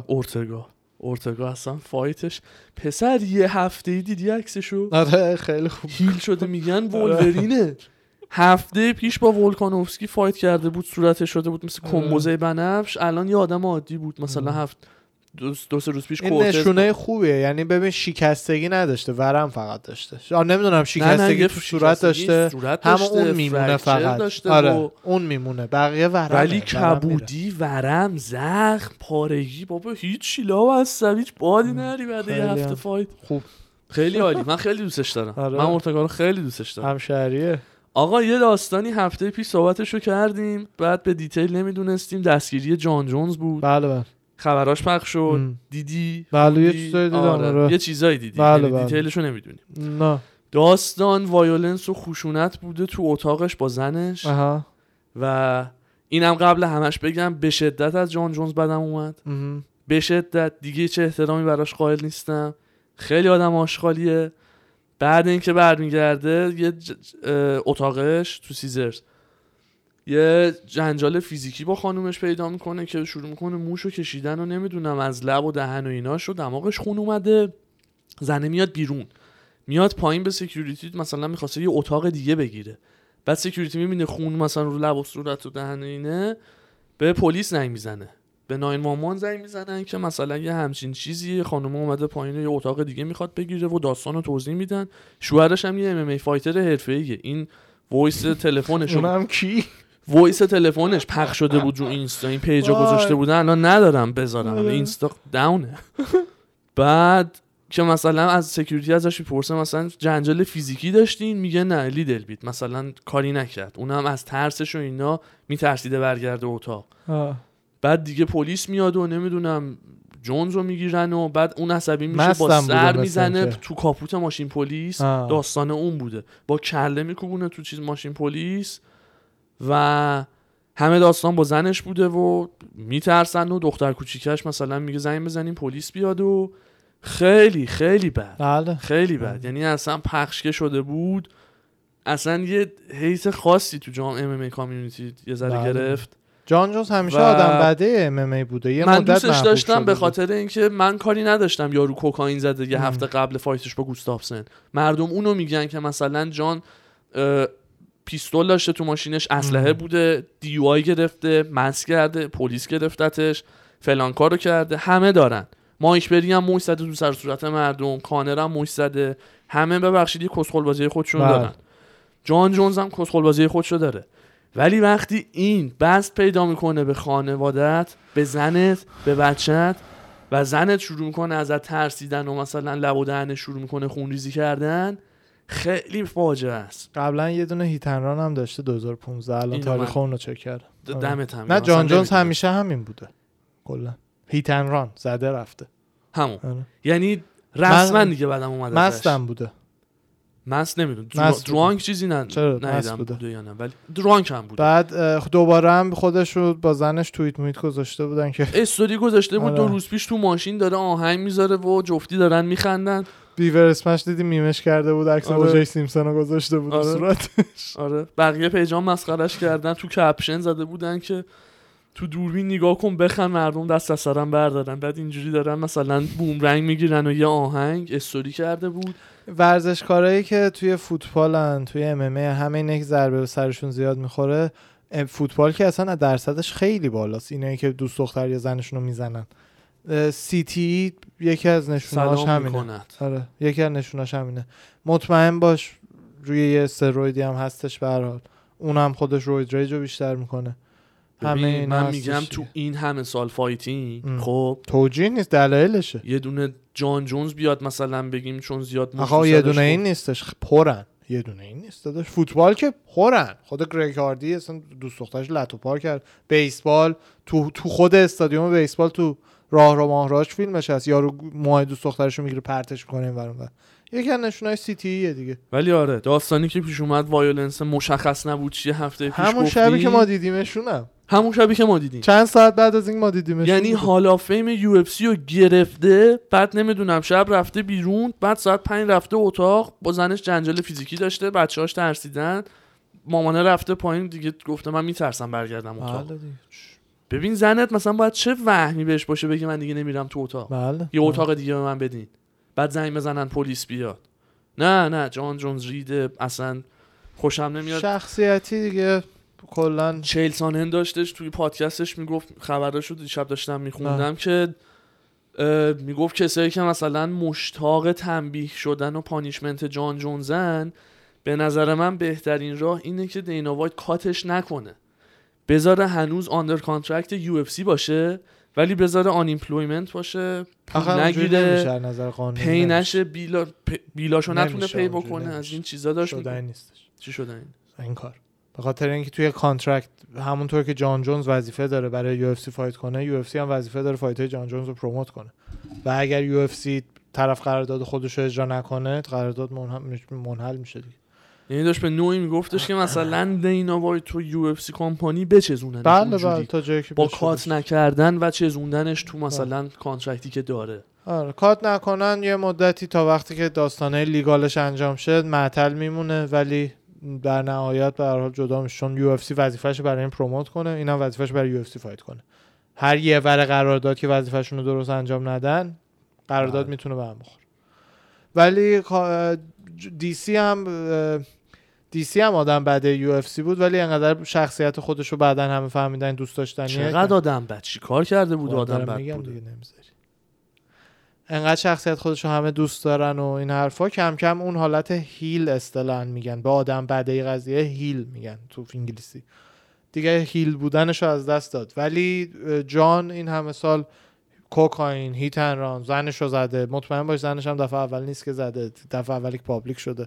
اورتگا اصلا فایتش پسر یه هفته دیدی عکسشو؟
آره خیلی خوب
هیل شده، میگن ولورینه. هفته پیش با ولکانوفسکی فایت کرده بود، صورتش شده بود مثل کمبوزه بنفش، الان یه آدم عادی بود. مثلا دو سه روز پیش
کورتز نشونه خوبیه، یعنی ببین شیکستگی نداشته، ورم فقط داشته. نمیدونم شیکستگی تو صورت داشته، همون اون میمونه فقط. آره اون میمونه، بقیه ورم.
ولی کبودی، ورم، زخم، پارگی، بابا هیچ شیلا و از هیچ بادی نری بعد یه هفته فایت.
خوب،
خیلی عالی. من خیلی دوستش دارم.
آره.
من اورتگا رو خیلی دوستش دارم.
همشهریه.
آقا یه داستانی هفته پیش صحبتشو کردیم، بعد به دیتیل نمیدونستیم. دستگیری جان جونز بود.
بله
خبراش پخش شد. دیدی؟
بله یه چیزایی دیدم.
آره. یه چیزایی دیدی.
بله
دیتیلشو نمیدونیم.
نه
داستان وایولنس و خشونت بوده تو اتاقش با زنش. و اینم قبل همش بگم به شدت از جان جونز بدم اومد. به شدت دیگه چه احترامی براش قائل نیستم. خیلی آدم آشغالیه. بعد اینکه برمیگرده یه اتاقش تو سیزرز یه جنجال فیزیکی با خانومش پیدا میکنه که شروع میکنه موشو کشیدن و نمیدونم از لب و دهن و ایناش و دماغش خون اومده. زنه میاد بیرون، میاد پایین به سکیوریتی مثلا میخواسته یه اتاق دیگه بگیره. بعد سکیوریتی میبینه خون مثلا رو لب و صورت و دهن اینه، به پلیس زنگ میزنه، به 911 زنگ میزنن که مثلا یه همچین چیزی خانم اومده پایین یه اتاق دیگه میخواد بگیره و داستانو توضیح میدن. شوهرش هم یه ام ام ای فایتر حرفه‌ایه. این وایس تلفنش
اونم کی
وایس تلفنش پخش شده بود رو اینستا، این پیجا گذاشته بودن، الان ندارم بذارم، اینستا داونه. بعد که مثلا از سکیوریتی ازش میپرسه مثلا جنجال فیزیکی داشتین؟ میگه نه لیدل بیت، مثلا کاری نکرد، اونم از ترسش و اینا میترسیده برگرده اتاق. بعد دیگه پلیس میاد و نمیدونم جونز رو میگیرن و بعد اون عصبی میشه با سر میزنه تو کاپوت ماشین پلیس. داستان اون بوده، با کله میکوبونه تو چیز ماشین پلیس و همه داستان با زنش بوده و میترسن و دختر کوچیکش مثلا میگه زنگ بزنیم پلیس بیاد و خیلی خیلی بد. خیلی بد. یعنی اصلا پخشکه شده بود، اصلا یه حیث خاصی تو جام ام ام ای کامیونیتی یه ذره گرفت.
جان جونز همیشه آدم بده ام ام ای بوده. یه
من
مدت
دوستش داشتم به خاطر اینکه من کاری نداشتم یارو کوکائین زده یه هفته قبل فایتش با گوستافسن. مردم اونو میگن که مثلا جان پیستول داشته تو ماشینش، اسلحه بوده، دی او آی گرفته، مس کرده، پلیس گرفتتش، فلان کارو کرده. همه دارن. مایک بری هم موش زده تو سر صورت مردم، کانر هم موش زده، همه ببخشید یه کسخل بازی خودشون دارن. جان جونز هم کسخل بازی خودشو داره. ولی وقتی این بست پیدا میکنه به خانوادت، به زنت، به بچت و زنت شروع میکنه ازت ترسیدن و مثلا لب و دهنش شروع میکنه خونریزی کردن، خیلی فاجعه است.
قبلا یه دونه هیتنران هم داشته 2015، الان تاریخ اون رو چک کردم.
دمت هم.
نه جان جونز همیشه همین بوده کلا، هیتنران زده رفته همون.
یعنی رسما دیگه بعدم اومده
مستم بوده.
مست نمیدونم درانک چیزی ندیدم بوده یا نه، ولی درانک هم بوده.
بعد دوباره هم خودش رو با زنش توییت گذاشته بودن که
استوری گذاشته بود 2 روز پیش تو ماشین داره آهنگ میذاره و جفتی دارن میخندن.
بیور اسمش دیدی میمش کرده بود، عکس اوجای سیمپسون رو گذاشته بود صورتش.
بقیه پیجام مسخرهش کردن، تو کپشن زده بودن که تو دوربین نگاه کن بخند مردم دست از سرم بردارن. بعد اینجوری دارن مثلا بومرنگ میگیرن و یه آهنگ استوری کرده بود.
ورزشکارایی که توی فوتبالن، توی ام ام ای، همه اینا که ضربه به سرشون زیاد میخوره، فوتبال که اصلا درصدش خیلی بالاست، اینایی که دوست دختر یا زنشون رو میزنن. سیتی یکی از نشوناش همینه. آره یکی از نشوناش همینه. مطمئن باش روی یه استرویدی هم هستش به هر حال، اونم خودش روید ریجو بیشتر میکنه. همه
من میگم تو این همه سال فایتینگ خب
توجیه نیست، دلایلشه.
یه دونه جان جونز بیاد مثلا بگیم چون زیاد
آخه یه دونه این نیستش، پرن. یه دونه این نیست داداش. فوتبال که پرن. خود گریگ هاردی اصلا دوست دخترش لتو پار کرد. بیسبال تو خود استادیوم بیسبال تو راه رو ماهراج فیلمش هست، یارو موهای دوست دخترشو میگیره پرتش میکنه این ور اون ور. یکی از نشونای سیتیه دیگه.
ولی آره داستانی که پیش اومد وایولنس مشخص نبود چیه. هفته پیش
همون شبی که ما دیدیمشونم،
همون شبی که ما دیدیم،
چند ساعت بعد از این ما دیدیمش.
یعنی هال آف فیم یو اف سی رو گرفته، بعد نمیدونم شب رفته بیرون، بعد ساعت 5 رفته اتاق با زنش جنجال فیزیکی داشته، بچه‌هاش ترسیدن، مامانه رفته پایین دیگه گفته من میترسم برگردم اتاق. ببین زنت مثلا باید چه وهمی بهش باشه بگه من دیگه نمیرم تو اتاق. یه اتاق دیگه به من بدین. بعد زنگ بزنن پلیس بیاد. نه جان جونز ریده، اصلا خوشم نمیاد.
شخصیتی دیگه کلا.
چیل سانن داشتش توی پادکستش میگفت، خبراشو دیشب داشتم میخوندم که میگفت کسایی که مثلا مشتاق تنبیه شدن و پانیشمنت جان جونزن، به نظر من بهترین راه اینه که دینا وایت کاتش نکنه، بذاره هنوز آندر کانترکت یو اف سی باشه، ولی بذاره آن ایمپلویمنت باشه، نگیره، پی نشه، بیلاشو نتونه پی بکنه، از این چیزا داشت. چی شده
این کار؟ به خاطر اینکه توی کانترکت همونطور که جان جونز وظیفه داره برای یو اف سی فایت کنه، یو اف سی هم وظیفه داره فایتای جان جونز رو پروموت کنه. و اگر یو اف سی طرف قرارداد خودش رو اجرا نکنه قرارداد منحل میشه دیگه.
یعنی داشت به نوعی میگفتش که مثلا دینا وایت تو یو اف سی کمپانی بچزوننش
بله تا جایی که
با کات نکردن و چزوندنش تو مثلا کانترکتی که داره.
آره کات نکنن یه مدتی تا وقتی که داستانه لیگالش انجام شد معطل میمونه، ولی در نهایت به هر حال جدا میشه، چون یو اف سی وظیفه‌ش برای این پروموت کنه، اینا وظیفه‌ش برای یو اف سی فایت کنه. هر یه ور قرارداد که وظیفه‌شون رو درست انجام ندن قرارداد میتونه به هم بخوره. ولی دی سی هم آدم بده یو اف سی بود، ولی انقدر شخصیت خودش رو بعدن همه فهمیدن دوست داشتنیه.
چقدر آدم بد چی کار کرده بود آدم بد بود.
انقدر شخصیت خودش رو همه دوست دارن و این حرفا، کم کم اون حالت هیل اصطلاحاً میگن، به آدم بده قضیه هیل میگن تو انگلیسی، دیگه هیل بودنش رو از دست داد. ولی جان این همه سال کوکائین، هیت اند ران، زنش رو زده، مطمئن باش زنش هم دفعه اول نیست که زده، دفعه اولی که پابلیک شده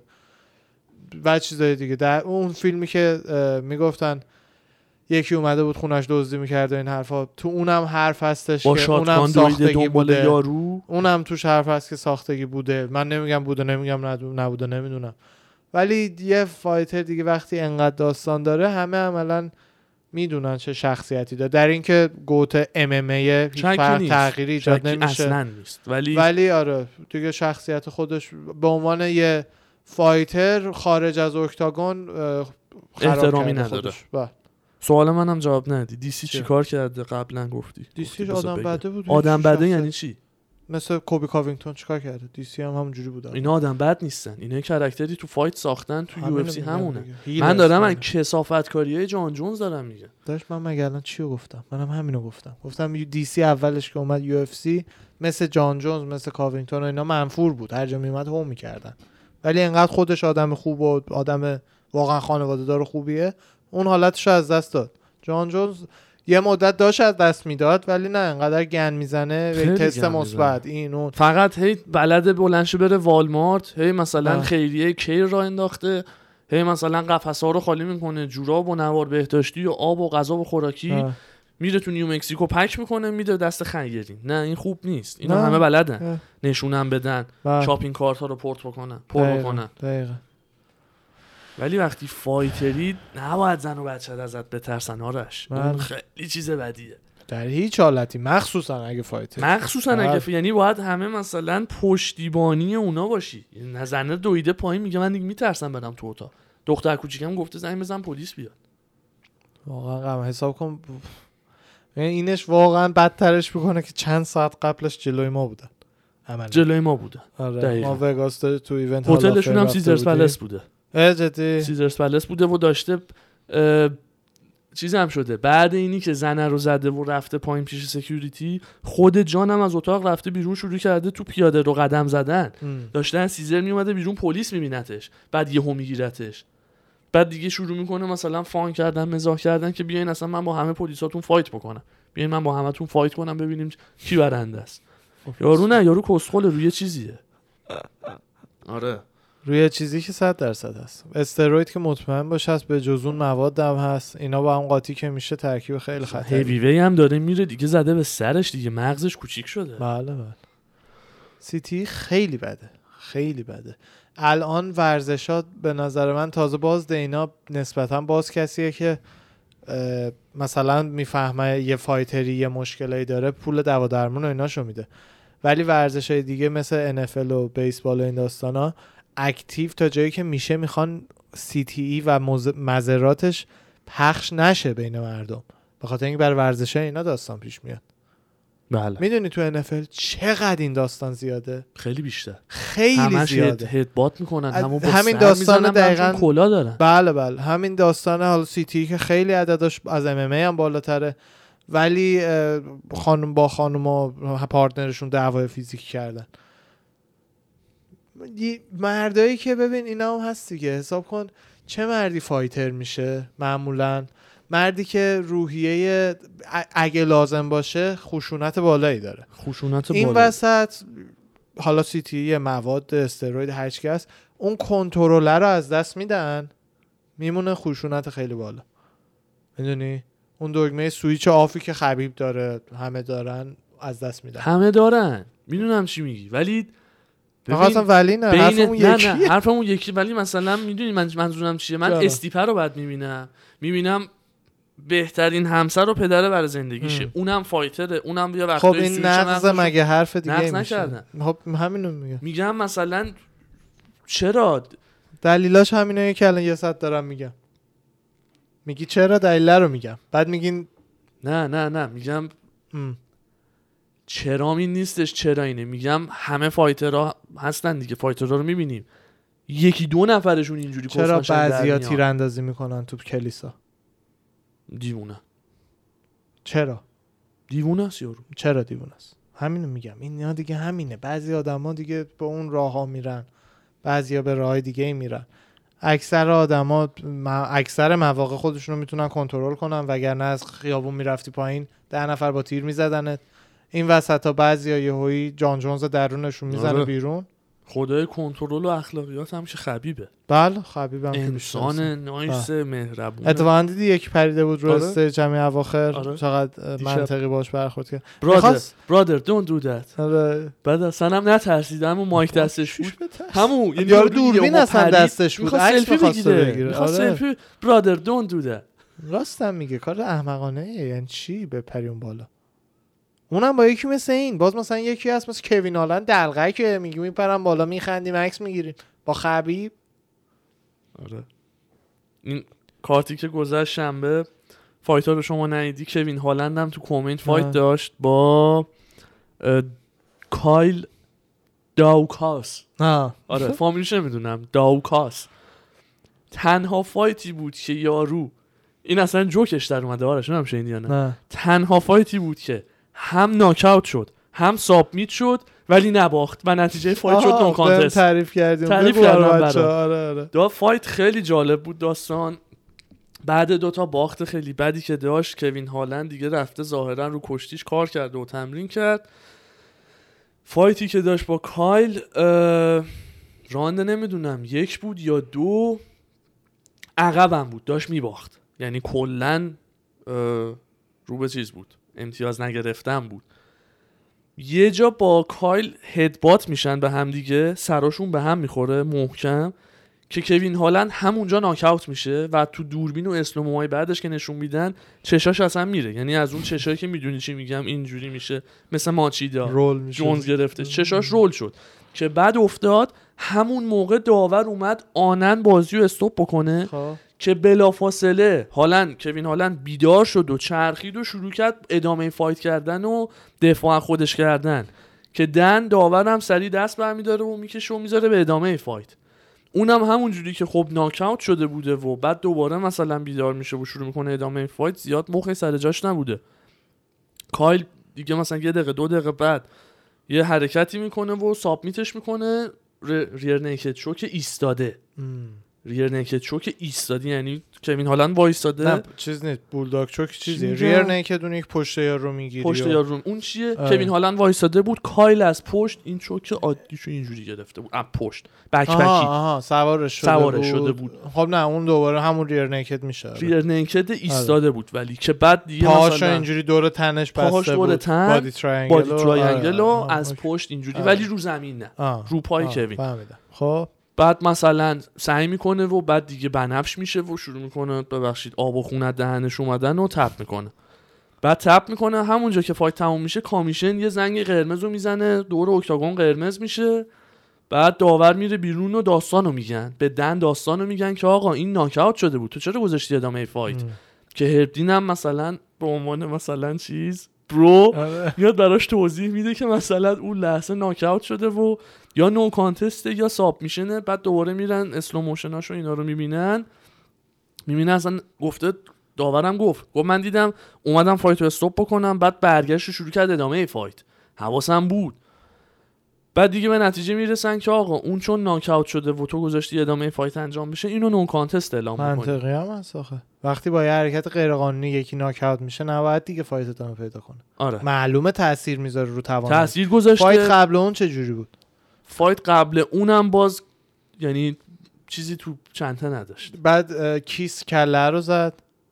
و چیزای دیگه. در اون فیلمی که میگفتن یکی اومده بود خونش دزدی میکرد و این حرفا، تو اونم حرف هستش که اونم ساختگی بوده،
یارو.
اونم توش حرف هست که ساختگی بوده. من نمیگم بوده، نمیگم نبوده، نمیدونم، ولی یه فایتر دیگه وقتی انقدر داستان داره همه عملا میدونن چه شخصیتی داره. در این که گوت ام ام ای هیچ فرق تغییری ایجاد نمیشه
اصلا نیست،
ولی آره دیگه شخصیت خودش به عنوان یه فایتر خارج از اکتاگون
احترامی نداره. سوال منم جواب ندی. دی سی چیکار کرده؟ قبلا گفتی
دی سی آدم بده بود.
آدم بده یعنی چی؟
مثل کوبی کاوینگتون چیکار کرده؟ دی سی هم همونجوری بود.
اینا آدم بد نیستن، اینا کاراکتری تو فایت ساختن تو یو اف سی همونه. من دارم من کثافتکاریای جان جونز دارم میگم.
داشت من مگه الان چیو گفتم؟ منم همینو گفتم دی سی اولش که اومد یو اف سی مثل جان جونز مثل کاوینگتون و اینا منفور بود، هر جا میومد هم میکردن، ولی انقدر خودش آدم خوب و آدم واقعا خانواده دار خوبیه اون حالتشو از دست داد. جان جونز یه مدت داشت از دست میداد، ولی نه انقدر گن میزنه، تست مثبت این اون،
فقط هی بلد بلندش بره والمارت، هی مثلا خیریه کیر را انداخته، هی مثلا قفس‌ها رو خالی میکنه، جوراب و نوار بهداشتی و آب و غذا و خوراکی میره تو نیو مکزیکو پک میکنه میده دست خنگرین. نه این خوب نیست، اینا همه بلدن نشونم بدن، شاپینگ کارت ها رو پر بکنن.
دقیقاً.
ولی وقتی فایتری نباید زن و بچه ازت بترسن آرش، اون خیلی چیز بدیه
در هیچ حالتی، مخصوصا اگه فایتر،
اگه یعنی باید همه مثلا پشتیبانی اونا باشی. نزنه دویده پایین میگه من دیگه میترسم برم تو اتاق، دختر کوچیکم گفته زنگ بزن پلیس بیاد.
واقعا حساب کن اینش واقعا بدترش میکنه که چند ساعت قبلش جلوی ما بودن. آره. ما وگاس تو ایونت
هتلشون هم سیزرز پلس بوده.
جدی
سیزرز پلس بوده و داشته چیز هم شده بعد اینی که زنه رو زده و رفته پایین پیش سکیوریتی، خود جانم از اتاق رفته بیرون شروع کرده تو پیاده رو قدم زدن. داشتن سیزر میومده بیرون، پلیس میبینتش، بعد یهو میگیرتش، بعد دیگه شروع میکنه مثلا فان کردن، مزاح کردن که بیاین اصلا من با همه پلیساتون فایت بکنم، بیاین من با همتون فایت کنم ببینیم کی برنده است. یارو کسخل روی چیزیه. آره
روی چیزی که 100% هست. استروید که مطمئن باش هست، به جز اون مواد هم هست، اینا با هم قاطی که میشه ترکیب خیلی خطری.
هیوی وی هم داره میره دیگه، زده به سرش دیگه، مغزش کوچیک شده.
بله سیتی خیلی بده. الان ورزشات به نظر من تازه باز دینا نسبتا باز کسیه که مثلا میفهمه یه فایتری یه مشکلی داره، پول دوا درمون و ایناشو میده، ولی ورزشای دیگه مثل NFL و بیسبال و این داستانا اکتیو تا جایی که میشه میخوان CTE و مضراتش پخش نشه بین مردم، به خاطر اینکه برای ورزشای اینا داستان پیش میاد.
بله.
میدونی تو NFL چقدر این داستان زیاده؟
خیلی بیشتر،
خیلی زیاده.
هد بات میکنن،
همین داستان دقیقاً
کلا دارن.
بله همین داستان حالا CTE که خیلی عددش از MMA هم بالاتره، ولی خانم با خانم و پارتنرشون دعوای فیزیکی کردن. مردایی که ببین اینا هم هست دیگه، حساب کن چه مردی فایتر میشه معمولا؟ مردی که روحیه اگه لازم باشه خشونت بالایی داره. این وسط حالا CTE، مواد، استروید، هر چی هست، اون کنترل رو از دست میدن، میمونه خشونت خیلی بالا. میدونی اون دگمه سویچ آفی که خبیب داره همه دارن از دست میدن.
همه دارن، میدونم چی میگی، ولی
اصلا ولی نه حرفمون یکی.
نه حرفمون یکی، ولی مثلا میدونی من منظورم چیه؟ من استیپر رو بعد میبینم بهترین همسر و پدر برای زندگیشه، اونم فایتره، اونم بیا وقتی
خب این نقض مگه حرف دیگه میشه؟ خب همینو
میگم مثلا چرا
دلیلاش همینه که الان یه ساعت دارم میگم. میگی چرا؟ دلیل رو میگم، بعد میگین
نه میگم چرا این نیستش، چرا اینه. میگم همه فایترها هستن دیگه، فایترها رو میبینیم، یکی دو نفرشون اینجوری
چرا بعضیا تیراندازی میکنن تو کلیسا؟
دیوونه.
چرا
دیوونه است یارو؟
چرا دیوونه است؟ همینو میگم، اینا دیگه همینه. بعضی آدما دیگه به اون راهها میرن، بعضیا به راههای دیگه میرن. اکثر آدما اکثر مواقع خودشون رو میتونن کنترل کنن، وگرنه از خیابون میرفتی پایین 10 نفر با تیر میزدنت. این وسطا بعضیا یهویی جان جونز درونشون میزنه بیرون.
خدای کنترل و اخلاقیات هم که خبیبه.
بله خبیبم،
انسان نایس مهربون.
اتفاقا دیدی یکی پریده بود رو استیج همین اواخر، چقدر منطقی باش برخورد کرد.
برادر don't do that. بعد اصلا هم نترسیدم و مایک دستش بود، همون
یارو دوربین اصلا دستش بود، عکس می‌خواست بگیره.
سلفی. برادر don't do that.
راستم میگه، کار احمقانه. یعنی چی بپری اون بالا؟ اونم با یکی مثل این، باز مثلا یکی هست مثل کوین هالند دلغک که میگی میپرم بالا میخندیم عکس میگیریم با خبیب.
آره این کارتی که گذشت شنبه فایت ها رو شما ندیدی، کوین هالند هم تو کومنت فایت داشت با کایل داوکاس. آره فامیلش نمیدونم، داوکاس. تنها فایتی بود که یارو، این اصلا جوکش در اومده، آره شما هم شنیدی یا نه؟ تنها فایتی بود که هم ناکاوت شد هم سابمیت شد ولی نباخت و نتیجه فایت شد نو کانتست.
تعریف کردیم
آره. دو فایت خیلی جالب بود داستان. بعد 2 تا باخت خیلی بدی که داشت، کوین هالند دیگه رفته ظاهرا رو کشتیش کار کرده و تمرین کرد. فایتی که داشت با کایل رانده نمیدونم 1 بود یا 2 عقبم بود، داشت میباخت، یعنی کلن رو به چیز بود، امتیاز نگرفتن بود. یه جا با کایل هدبات میشن به هم دیگه، سراشون به هم میخوره محکم که کوین هالند همونجا ناکاوت میشه و تو دوربین و اسلوموهای بعدش که نشون میدن چشاش اصلا میره، یعنی از اون چشایی که میدونی چی میگم اینجوری میشه مثل ماچیدا جونز گرفته، چشاش رول شد که بعد افتاد. همون موقع داور اومد آنن بازی رو استاپ بکنه که بلافاصله کوین هالند بیدار شد و چرخید و شروع کرد ادامه فایت کردن و دفاع خودش کردن که داورم سریع دست برمیداره و میکشه و میذاره به ادامه فایت. اونم همون جوری که خب ناکاوت شده بوده و بعد دوباره مثلا بیدار میشه و شروع میکنه ادامه فایت، زیاد مخی سر جاش نبوده. کایل دیگه مثلا 1 دقیقه 2 دقیقه بعد یه حرکتی میکنه و سابمیتش میکنه، ریر نیکد شوک ایستاده. ریر نیکد چوک ایستادی یعنی کوین هالند وایستاده.
نه چیز نیست، بولداگ چوک چیزی. ریر نیکد اون یک پشت یار رو میگیری،
پشت یار رو. اون چیه؟ کوین هالند وایستاده بود، کایل از پشت این چوک عادیشو اینجوری گرفته بود از پشت، بک بکی
سوارش شده بود. خب نه اون دوباره همون ریر نیکد میشه.
ریر نیکد ایستاده بود ولی که بعد دیگه
پاهاشو اینجوری دور تنش بسته بود، بادی
ترایانگل و از پشت اینجوری ولی رو زمین نه، رو پای کوین.
خب
بعد مثلا سعی میکنه و بعد دیگه بنفش میشه و شروع میکنه ببخشید آب و خون دهنش اومدن و تپ میکنه. بعد تپ میکنه، همونجا که فایت تموم میشه کامیشن یه زنگ قرمز رو میزنه، دور اکتاگون قرمز میشه. بعد داور میره بیرون و داستانو میگن، به داستانو میگن که آقا این ناکاوت شده بود، تو چرا گذاشتی ادامه فایت؟ که هردین هم مثلا به عنوان مثلا چیز برو میاد براش توضیح میده که مثلا اون لحظه ناکاوت شده و یا نو کانتسته یا ساب میشنه. بعد دوباره میرن اسلو موشناشو اینا رو میبینن اصلا گفته، داورم گفت من دیدم اومدم فایت رو استاپ بکنم، بعد برگشت شروع کرد ادامه فایت، حواسم بود. بعد دیگه به نتیجه میرسن که آقا اون چون ناکاوت شده و تو گذاشتی ادامه فایت انجام بشه، اینو نو کانتست اعلام می‌کنی.
منطقی هم هست آخه. وقتی با یه حرکت غیر قانونی یکی ناکاوت میشه نباید دیگه فایت ادامه پیدا کنه.
آره.
معلومه تاثیر میذاره رو توانایی.
تاثیر گذاشته.
فایت قبل اون چه جوری بود؟
فایت قبل اونم باز یعنی چیزی تو چنته نداشت.
بعد کیس کله رو زد.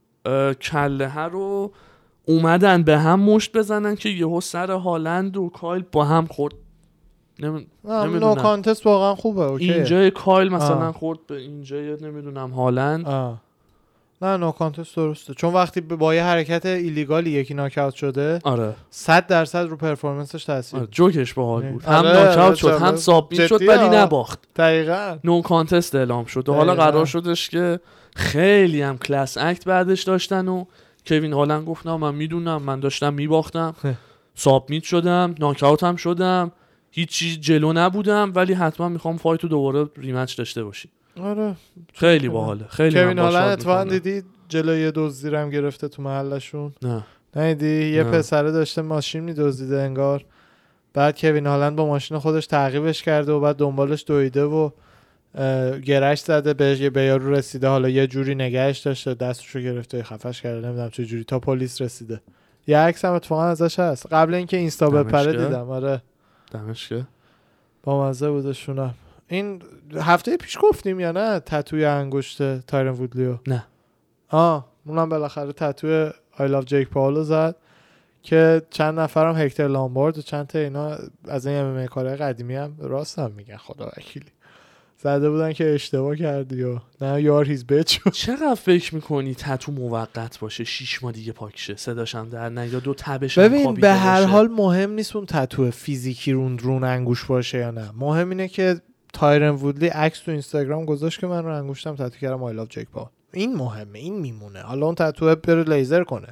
کله رو اومدن به هم مشت بزنن که یهو سر هالند و کایل با هم خورد. نمیدونم.
نو کانتست واقعا خوبه. اوکی.
اینجا کایل مثلا خورد به اینجا نمیدونم هالند.
نه نو کانتست درسته، چون وقتی با یه حرکت ایلیگالی یکی ناکاوت شده 100% رو پرفورمنسش تاثیر
جوکش باحال بود. هم ناکاوت شد هم سابمیت شد ولی نباخت.
دقیقاً
نو کانتست اعلام شد و حالا قرار شدش که خیلی هم کلاس اکت بعدش داشتن و کوین هالند گفت نه من میدونم من داشتم میباختم سابمیت شدم ناکاوت هم شدم هیچی جلو نبودم ولی حتما میخوام فایتو دوباره ریمچ داشته باشی.
آره
خیلی باحاله. خیلی
کوین هالند اتفاقا دیدی جلوی دزدیرم گرفته تو محلشون؟
نه
دیدی یه پسره داشته ماشین میدزدیده انگار، بعد کوین هالند با ماشین خودش تعقیبش کرده و بعد دنبالش دویده و گرش زده بهش، یه بیارو رسیده، حالا یه جوری نگهش داشته دستشو گرفته خفش کرده نمیدونم چه جوری تا پلیس رسیده. یه عکس هم اتفاقا ازش هست قبل اینکه اینستا بپره دیدم. آره
دمشکه
با مزه بودشونم. این هفته پیش گفتیم یا نه تتوی انگشت تایرن وودلیو؟
نه
اونم بالاخره تتوی I love جیک پاولو زد که چند نفرم هکتر لامبارد و چند تا اینا از این ام کارهای قدیمی هم راست هم میگن خدا وکیلی زده بودن که اشتباه کردی و نه یار هیز بیچ.
چقدر فکر میکنی تتو موقت باشه 6 ماه دیگه پاکشه صداش هم در نه یا دو تبش هم
ببین به هر حال مهم نیست اون تتو فیزیکی رون انگوش باشه یا نه، مهم اینه که تایرن وودلی عکس تو اینستاگرام گذاشت که من رو انگشتم تتو کردم I love جیک پاول. این مهمه، این میمونه. حالا اون تتو بره لیزر کنه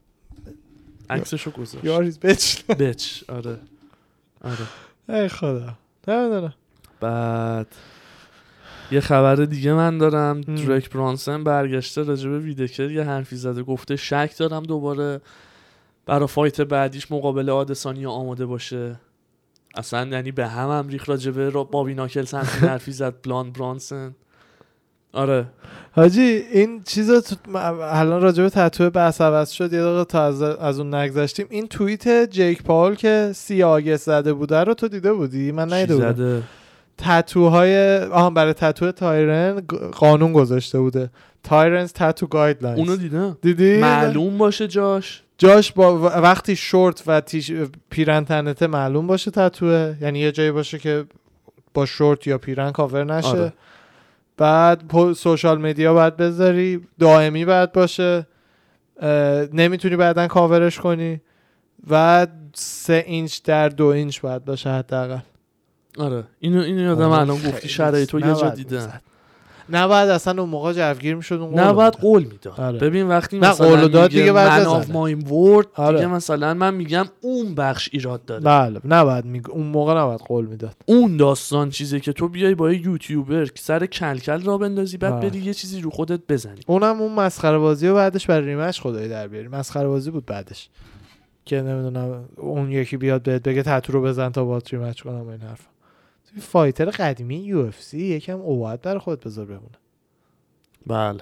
عکسشو گذاشت
یار هیز
بیچ. آره
ای خدا نمیدونم.
بعد یه خبر دیگه من دارم. دریک برانسن برگشته راجع به ویدکر یه حرفی زده، گفته شک دارم دوباره برای فایت بعدیش مقابل آدسانیا آماده باشه. اصلا یعنی به هم ریخت راجع به بابی ناکلز همین حرفی زد برانسن. آره
حاجی این چیزا الان راجع به تتو بحث عوض شد یه دقیقه تا از اون نگذشتیم. این توییت جیک پاول که 30 آگست زده بوده رو تو دیده بودی؟ من ندیده بودم. تتوهای برای تتو تایرن قانون گذاشته بوده تایرنز تتو گایدلاینز.
اونو دیدم.
دیدی؟
معلوم باشه جاش با وقتی شورت و پیرن تنته معلوم باشه تتوه، یعنی یه جایی باشه که با شورت یا پیرن کاور نشه. آره.
بعد سوشال مدیا باید بذاری دائمی باید باشه، نمیتونی بعدن کاورش کنی و 3 اینچ در 2 اینچ باید باشه حداقل.
آره اینو یادم الان گفتی شرایطو یه جا دیدم.
نباید اصلا اون موقع جوگیر میشد، اون
نباید قول میداد.
آره.
ببین وقتی
مثلا قول داد دیگه
من آف ماین ورد
آره.
دیگه مثلا من میگم اون بخش ایراد داره.
بله نباید اون موقع نباید قول میداد.
اون داستان چیزی که تو بیای با یه یوتیوبر سر کلکل را بندازی بعد بری یه چیزی رو خودت بزنی.
اونم اون مسخره بازی و بعدش برای ریمش خدای در بیاری. مسخره بازی بود بعدش که نمیدونم اون یکی بیاد بهت بگه تتو رو بزن تا باهات ریمچ کنم این حرفا. فایتر قدیمی یو اف سی یکم اوعد برای خودت بذار بمونه.
بله.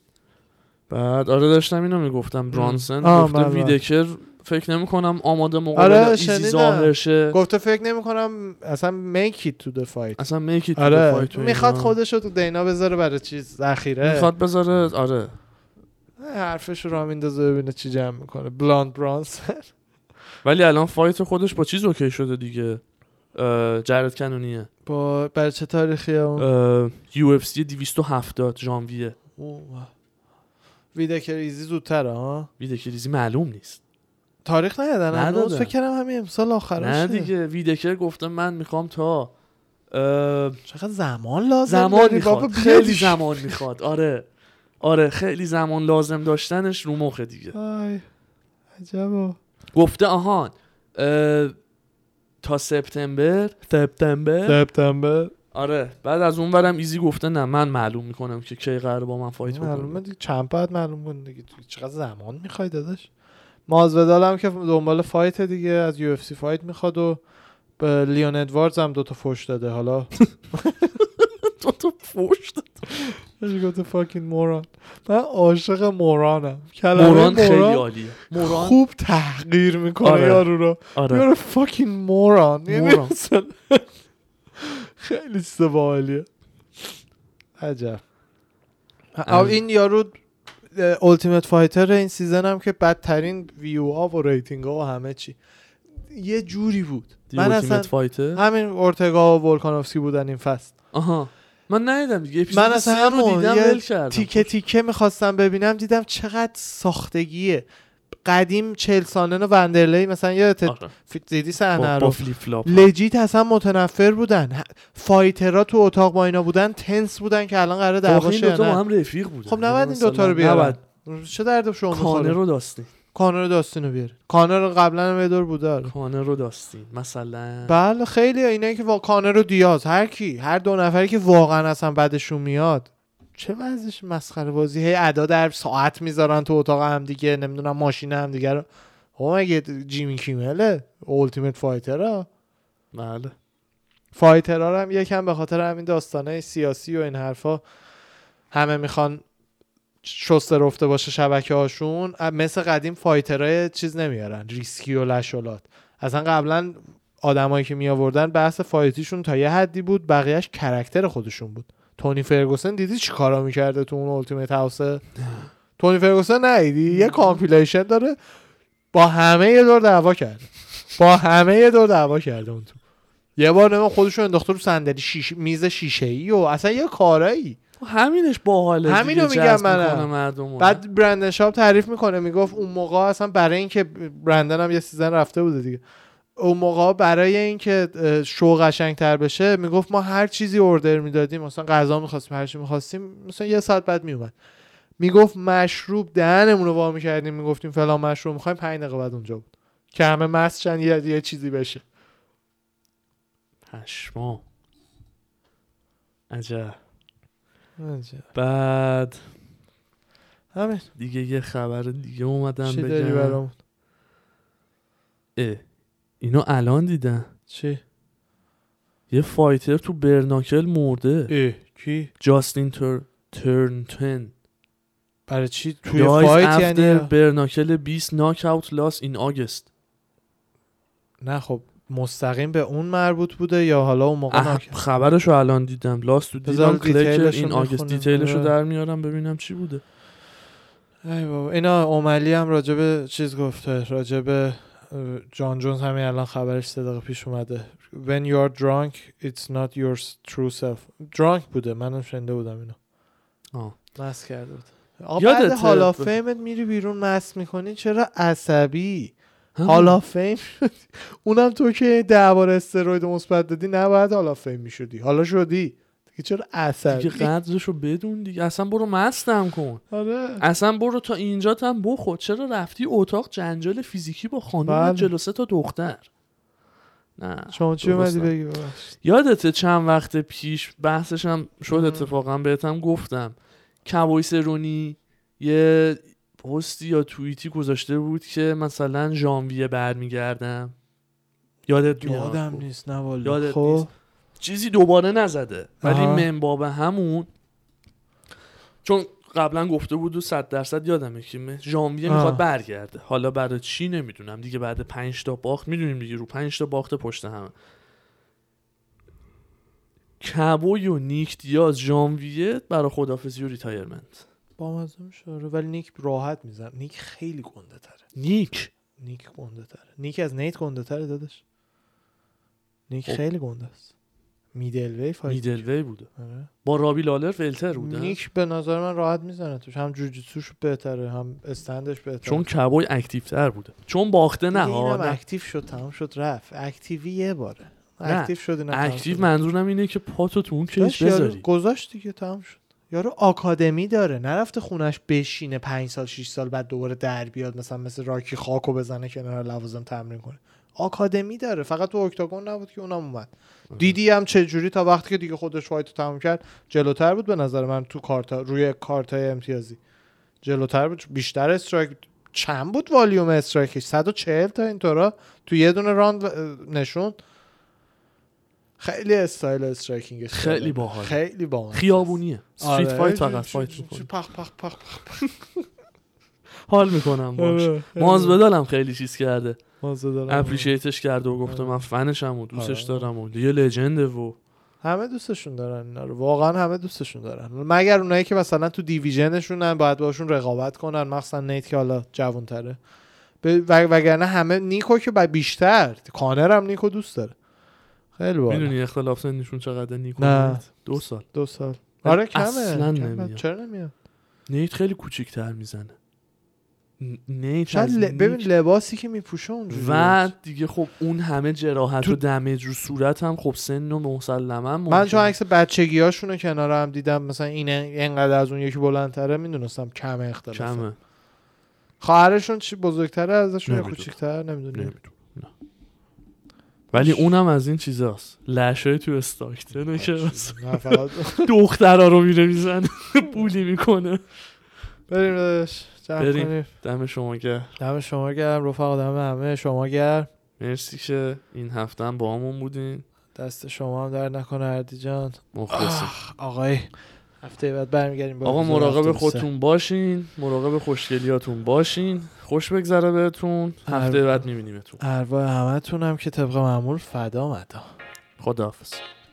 بعد آره داشتم اینو میگفتم برانسن گفته ویدکر فکر نمی کنم آماده مقابل ایزی ظاهر شه.
گفته فکر نمی کنم اصلا make it to the fight.
اصلا make it to
آره.
the fight.
میخواد خودشو تو دینا بذاره برای چیز ذخیره.
میخواد بذاره. آره
حرفش رو میندازه ببینه چی جمع میکنه. بلاند برانسن.
ولی الان فایت خودش با چیز اوکی شده دیگه. جرد کنونیه
با برای چه تاریخیه اون؟
یو اف سی 270 ژانویه.
ویدکر ایزی زودتره ها.
ویدکر ایزی معلوم نیست
تاریخ ندادن. فکر کردم همین امسال آخرشه.
نه دیگه ویدکر گفتم من میخوام تا
چقدر زمان لازم
زمان میخواد. خیلی زمان میخواد. آره خیلی زمان لازم داشتنش رو مخه دیگه.
عجبا.
گفته آهان تا سپتامبر. آره بعد از اون برم ایزی گفته نه من معلوم میکنم که کی قراره با من فایت بکنه.
معلومه دیگه چند بعد معلوم کنه دیگه. چقدر زمان میخوای داداش؟ مازودال هم که دنبال فایت دیگه از یو اف سی فایت میخواد و به لیون ادواردز هم 2 تا فوش داده. حالا
2 تا فوش داده.
گفته فاکین موران. من عاشق مورانم.
موران خیلی عالیه.
موران خوب تحقیر میکنه یارو رو. یارو فاکین موران. خیلی چیز باحالیه. عجب. این یارو التیمت فایتر این سیزن هم که بدترین ویو ها و ریتینگ ها و همه چی. یه جوری بود.
من اصلا
همین اورتگا و ولکانوفسکی بودن این فصل.
آها من ندیدم دیگه.
من اصلا
رو دیدم ول کردم.
تیکه تیکه میخواستم ببینم، دیدم چقدر ساختگیه. قدیم چلسانن و وندرلی مثلا یادت دیدی صحنه رو؟ لجیت اصلا متنفر بودن. فایترها تو اتاق با اینا بودن، تنس بودن که الان قراره دعوا شه.
این دوتا با هم رفیق بودن.
خب نباید این دوتا رو بیارن. چه درد شما میخوره؟ کانر رو داستین رو بیاره. کانر رو قبلا هم یه دور بوده.
کانر رو داستین مثلا.
بله خیلی اینایی که کانر رو دیاز، هر دو نفری که واقعا اصلا بعدشون میاد. چه وضعش مسخره بازی. هی ادا در ساعت میذارن تو اتاق هم دیگه، نمیدونم ماشین هم دیگه رو. مگه جیمی کیمله اولتیمیت فایترها؟
بله
فایترها هم یکم به خاطر همین داستانه سیاسی و این حرفا همه میخوان شسته رفته باشه شبکه هاشون. مثل قدیم فایترهای چیز نمیارن، ریسکی و لشولات. اصلا قبلا آدمایی که می آوردن بحث فایتیشون تا یه حدی بود، بقیهش کرکتر خودشون بود. تونی فرگوسن دیدی چی کارا میکرده تو اون التیمیت هاوس؟ تونی فرگوسن ندیدی؟ یه کامپیلیشن داره با همه یه دور دعوا کرده اون تو. یه بار نمیم خودشو انداخته رو صندلی میز شیشه‌ای و اصلا یه کارایی.
همینش باحاله.
همینو میگم من. بعد برندن شاب تعریف میکنه، میگفت اون موقع اصلا برای اینکه برندن هم یه سیزن رفته بوده دیگه، اون موقع برای اینکه شو قشنگ‌تر بشه میگفت ما هر چیزی اوردر میدادیم، مثلا غذا می‌خواستیم هر چی می‌خواستیم، مثلا یه ساعت بعد میومد. میگفت مشروب دهنمون رو وا می‌کردیم، میگفتیم فلان مشروب می‌خوایم، 5 دقیقه بعد اونجا بود که همه مستشن یه چیزی بشه.
پشما عجب. بعد
همین
دیگه یه خبر دیگه اومدم
چی
بگم.
داری برام؟
اینو الان دیدم.
چی؟
یه فایتر تو برناکل مرده.
کی؟
جاستین ترنتن.
برای چی توی فایت یعنی؟
برناکل 20 ناک اوت لاس این آگست.
نه خب مستقیم به اون مربوط بوده یا حالا اون موقع
خبرشو الان دیدم. لاست تو دیدم کلکر این آگست. دیتیلشو در میارم ببینم چی بوده.
ای بابا اینا اوملی هم راجب چیز گفته، راجب جان جونز همین الان خبرش 3 دقیقه پیش اومده. When you're drunk it's not your true self. drunk بوده، منم شنیده بودم اینو. مست کرده بود. بعد حالا فیمت میری بیرون مست میکنی، چرا عصبی؟ حالا فیم اونم تو که 10 بار استروید مثبت دادی نباید حالا فیم میشدی، حالا شدی دیگه، چرا عصبی؟
دیگه قدرشو بدون دیگه. اصلا برو مستم کن.
آره.
اصلا برو تا اینجا هم بخور. چرا رفتی اتاق جنجال فیزیکی با خانم جلو 3 تا دختر؟ نه
شما چی اومدی بگی؟
یادته چند وقت پیش بحثش هم شد، اتفاقا بهتم گفتم کبوی سرونی یه پستی یا توییتی گذاشته بود که مثلا ژانویه برمیگردم.
یادم نیست. نه والا.
خب چیزی دوباره نزده ولی منباب همون، چون قبلا گفته بود و 100% یادمه که ژانویه میخواد برگرده. حالا برای چی نمیدونم دیگه. بعد 5 تا باخت میدونیم دیگه، رو 5 تا باخت پشت هم. کبوی و نیک دیاز ژانویه برای خدافظی و ریتایرمنت.
با مزه میشه ولی نیک راحت میزن. نیک خیلی گنده تره.
نیک
گنده تره. نیک از نیت گنده تره داداش. نیک خیلی گنده است. میدلوی
بوده. با رابی لالر ولتر بوده.
نیک به نظر من راحت میزنه توش، هم جوجیتسوش بهتره هم استندش بهتره،
چون کبوی اکتیو تر بوده. چون باخته نه
ها اکتیو شد تمام شد رفت. اکتیوی یه باره اکتیو شد. نه
اکتیو منظورم اینه که پاتو تو اون کیس بذاری.
گذاشت دیگه تمام شد. یارو آکادمی داره، نرفته خونش بشینه 5 سال 6 سال بعد دوباره در بیاد مثل راکی خاکو بزنه کنار لوازم تمرین کنه. آکادمی داره، فقط تو اکتاگون نبود که اونم اومد. دیدی هم چه جوری تا وقتی که دیگه خودش فایتو تموم کرد جلوتر بود به نظر من تو کارتا، روی کارتای امتیازی جلوتر بود. بیشتر استرایک چند بود والیوم استرایکش؟ 140 تا اینطورا تو یه دونه راند نشون. خیلی استایل استرایکینگش
خیلی باحال،
خیلی باحال،
خیابونیه. استریت فایت فقط فایت می‌کنه. پخ حال میکنم باش. ماز بدالم خیلی چیز کرده، اپریشیتش کرده و گفته من فنشم و دوستش دارم و دیگه لجنده و
همه دوستشون دارن اینا رو. واقعا همه دوستشون دارن، مگر اونایی که مثلا تو دیویژنشونن باید باشون رقابت کنن، مثلا نیت که حالا جوان‌تره وگرنه همه نیکو که بیشتر کانر هم نیکو دوست داره. خیلی باحال.
میدونی اختلاف سنشون چقدر نیکو؟
نه
2 سال.
آره کمه.
اصلا نمیاد.
چرا نمیاد؟
نیت خیلی کوچیک‌تر میزنه. نیت
شاید ببین لباسی که میپوشه اونجوری
و دیگه خب اون همه جراحت و دمیج رو صورت هم خب سن و مسلما
من چون عکس بچگیاشونو کنار هم دیدم مثلا این اینقدر از اون یکی بلندتره میدونستم کمه اختلاف.
کمه.
خواهرشون چی بزرگتره ازشون یا کوچیک‌تر نمیدونم.
ولی اونم از این چیزاست. لشه تو استاکتنه که
نه فقط
دخترا رو میره میزنه بولی میکنه.
بریم داداش
بریم. دم شما گرم.
دم شما گرم رفقا، دم همه شما گرم.
مرسی که این هفته هم با همون بودین.
دست شما هم در نکنه اردی جان.
مخلصیم
آقای. هفته بعد برمیگردیم.
آقا مراقب خودتون باشین، مراقب خوشگلیاتون باشین، خوش بگذره بهتون. هفته بعد میبینیمتون.
ارواح همتون هم که طبق معمول فدا مدا.
خداحافظ.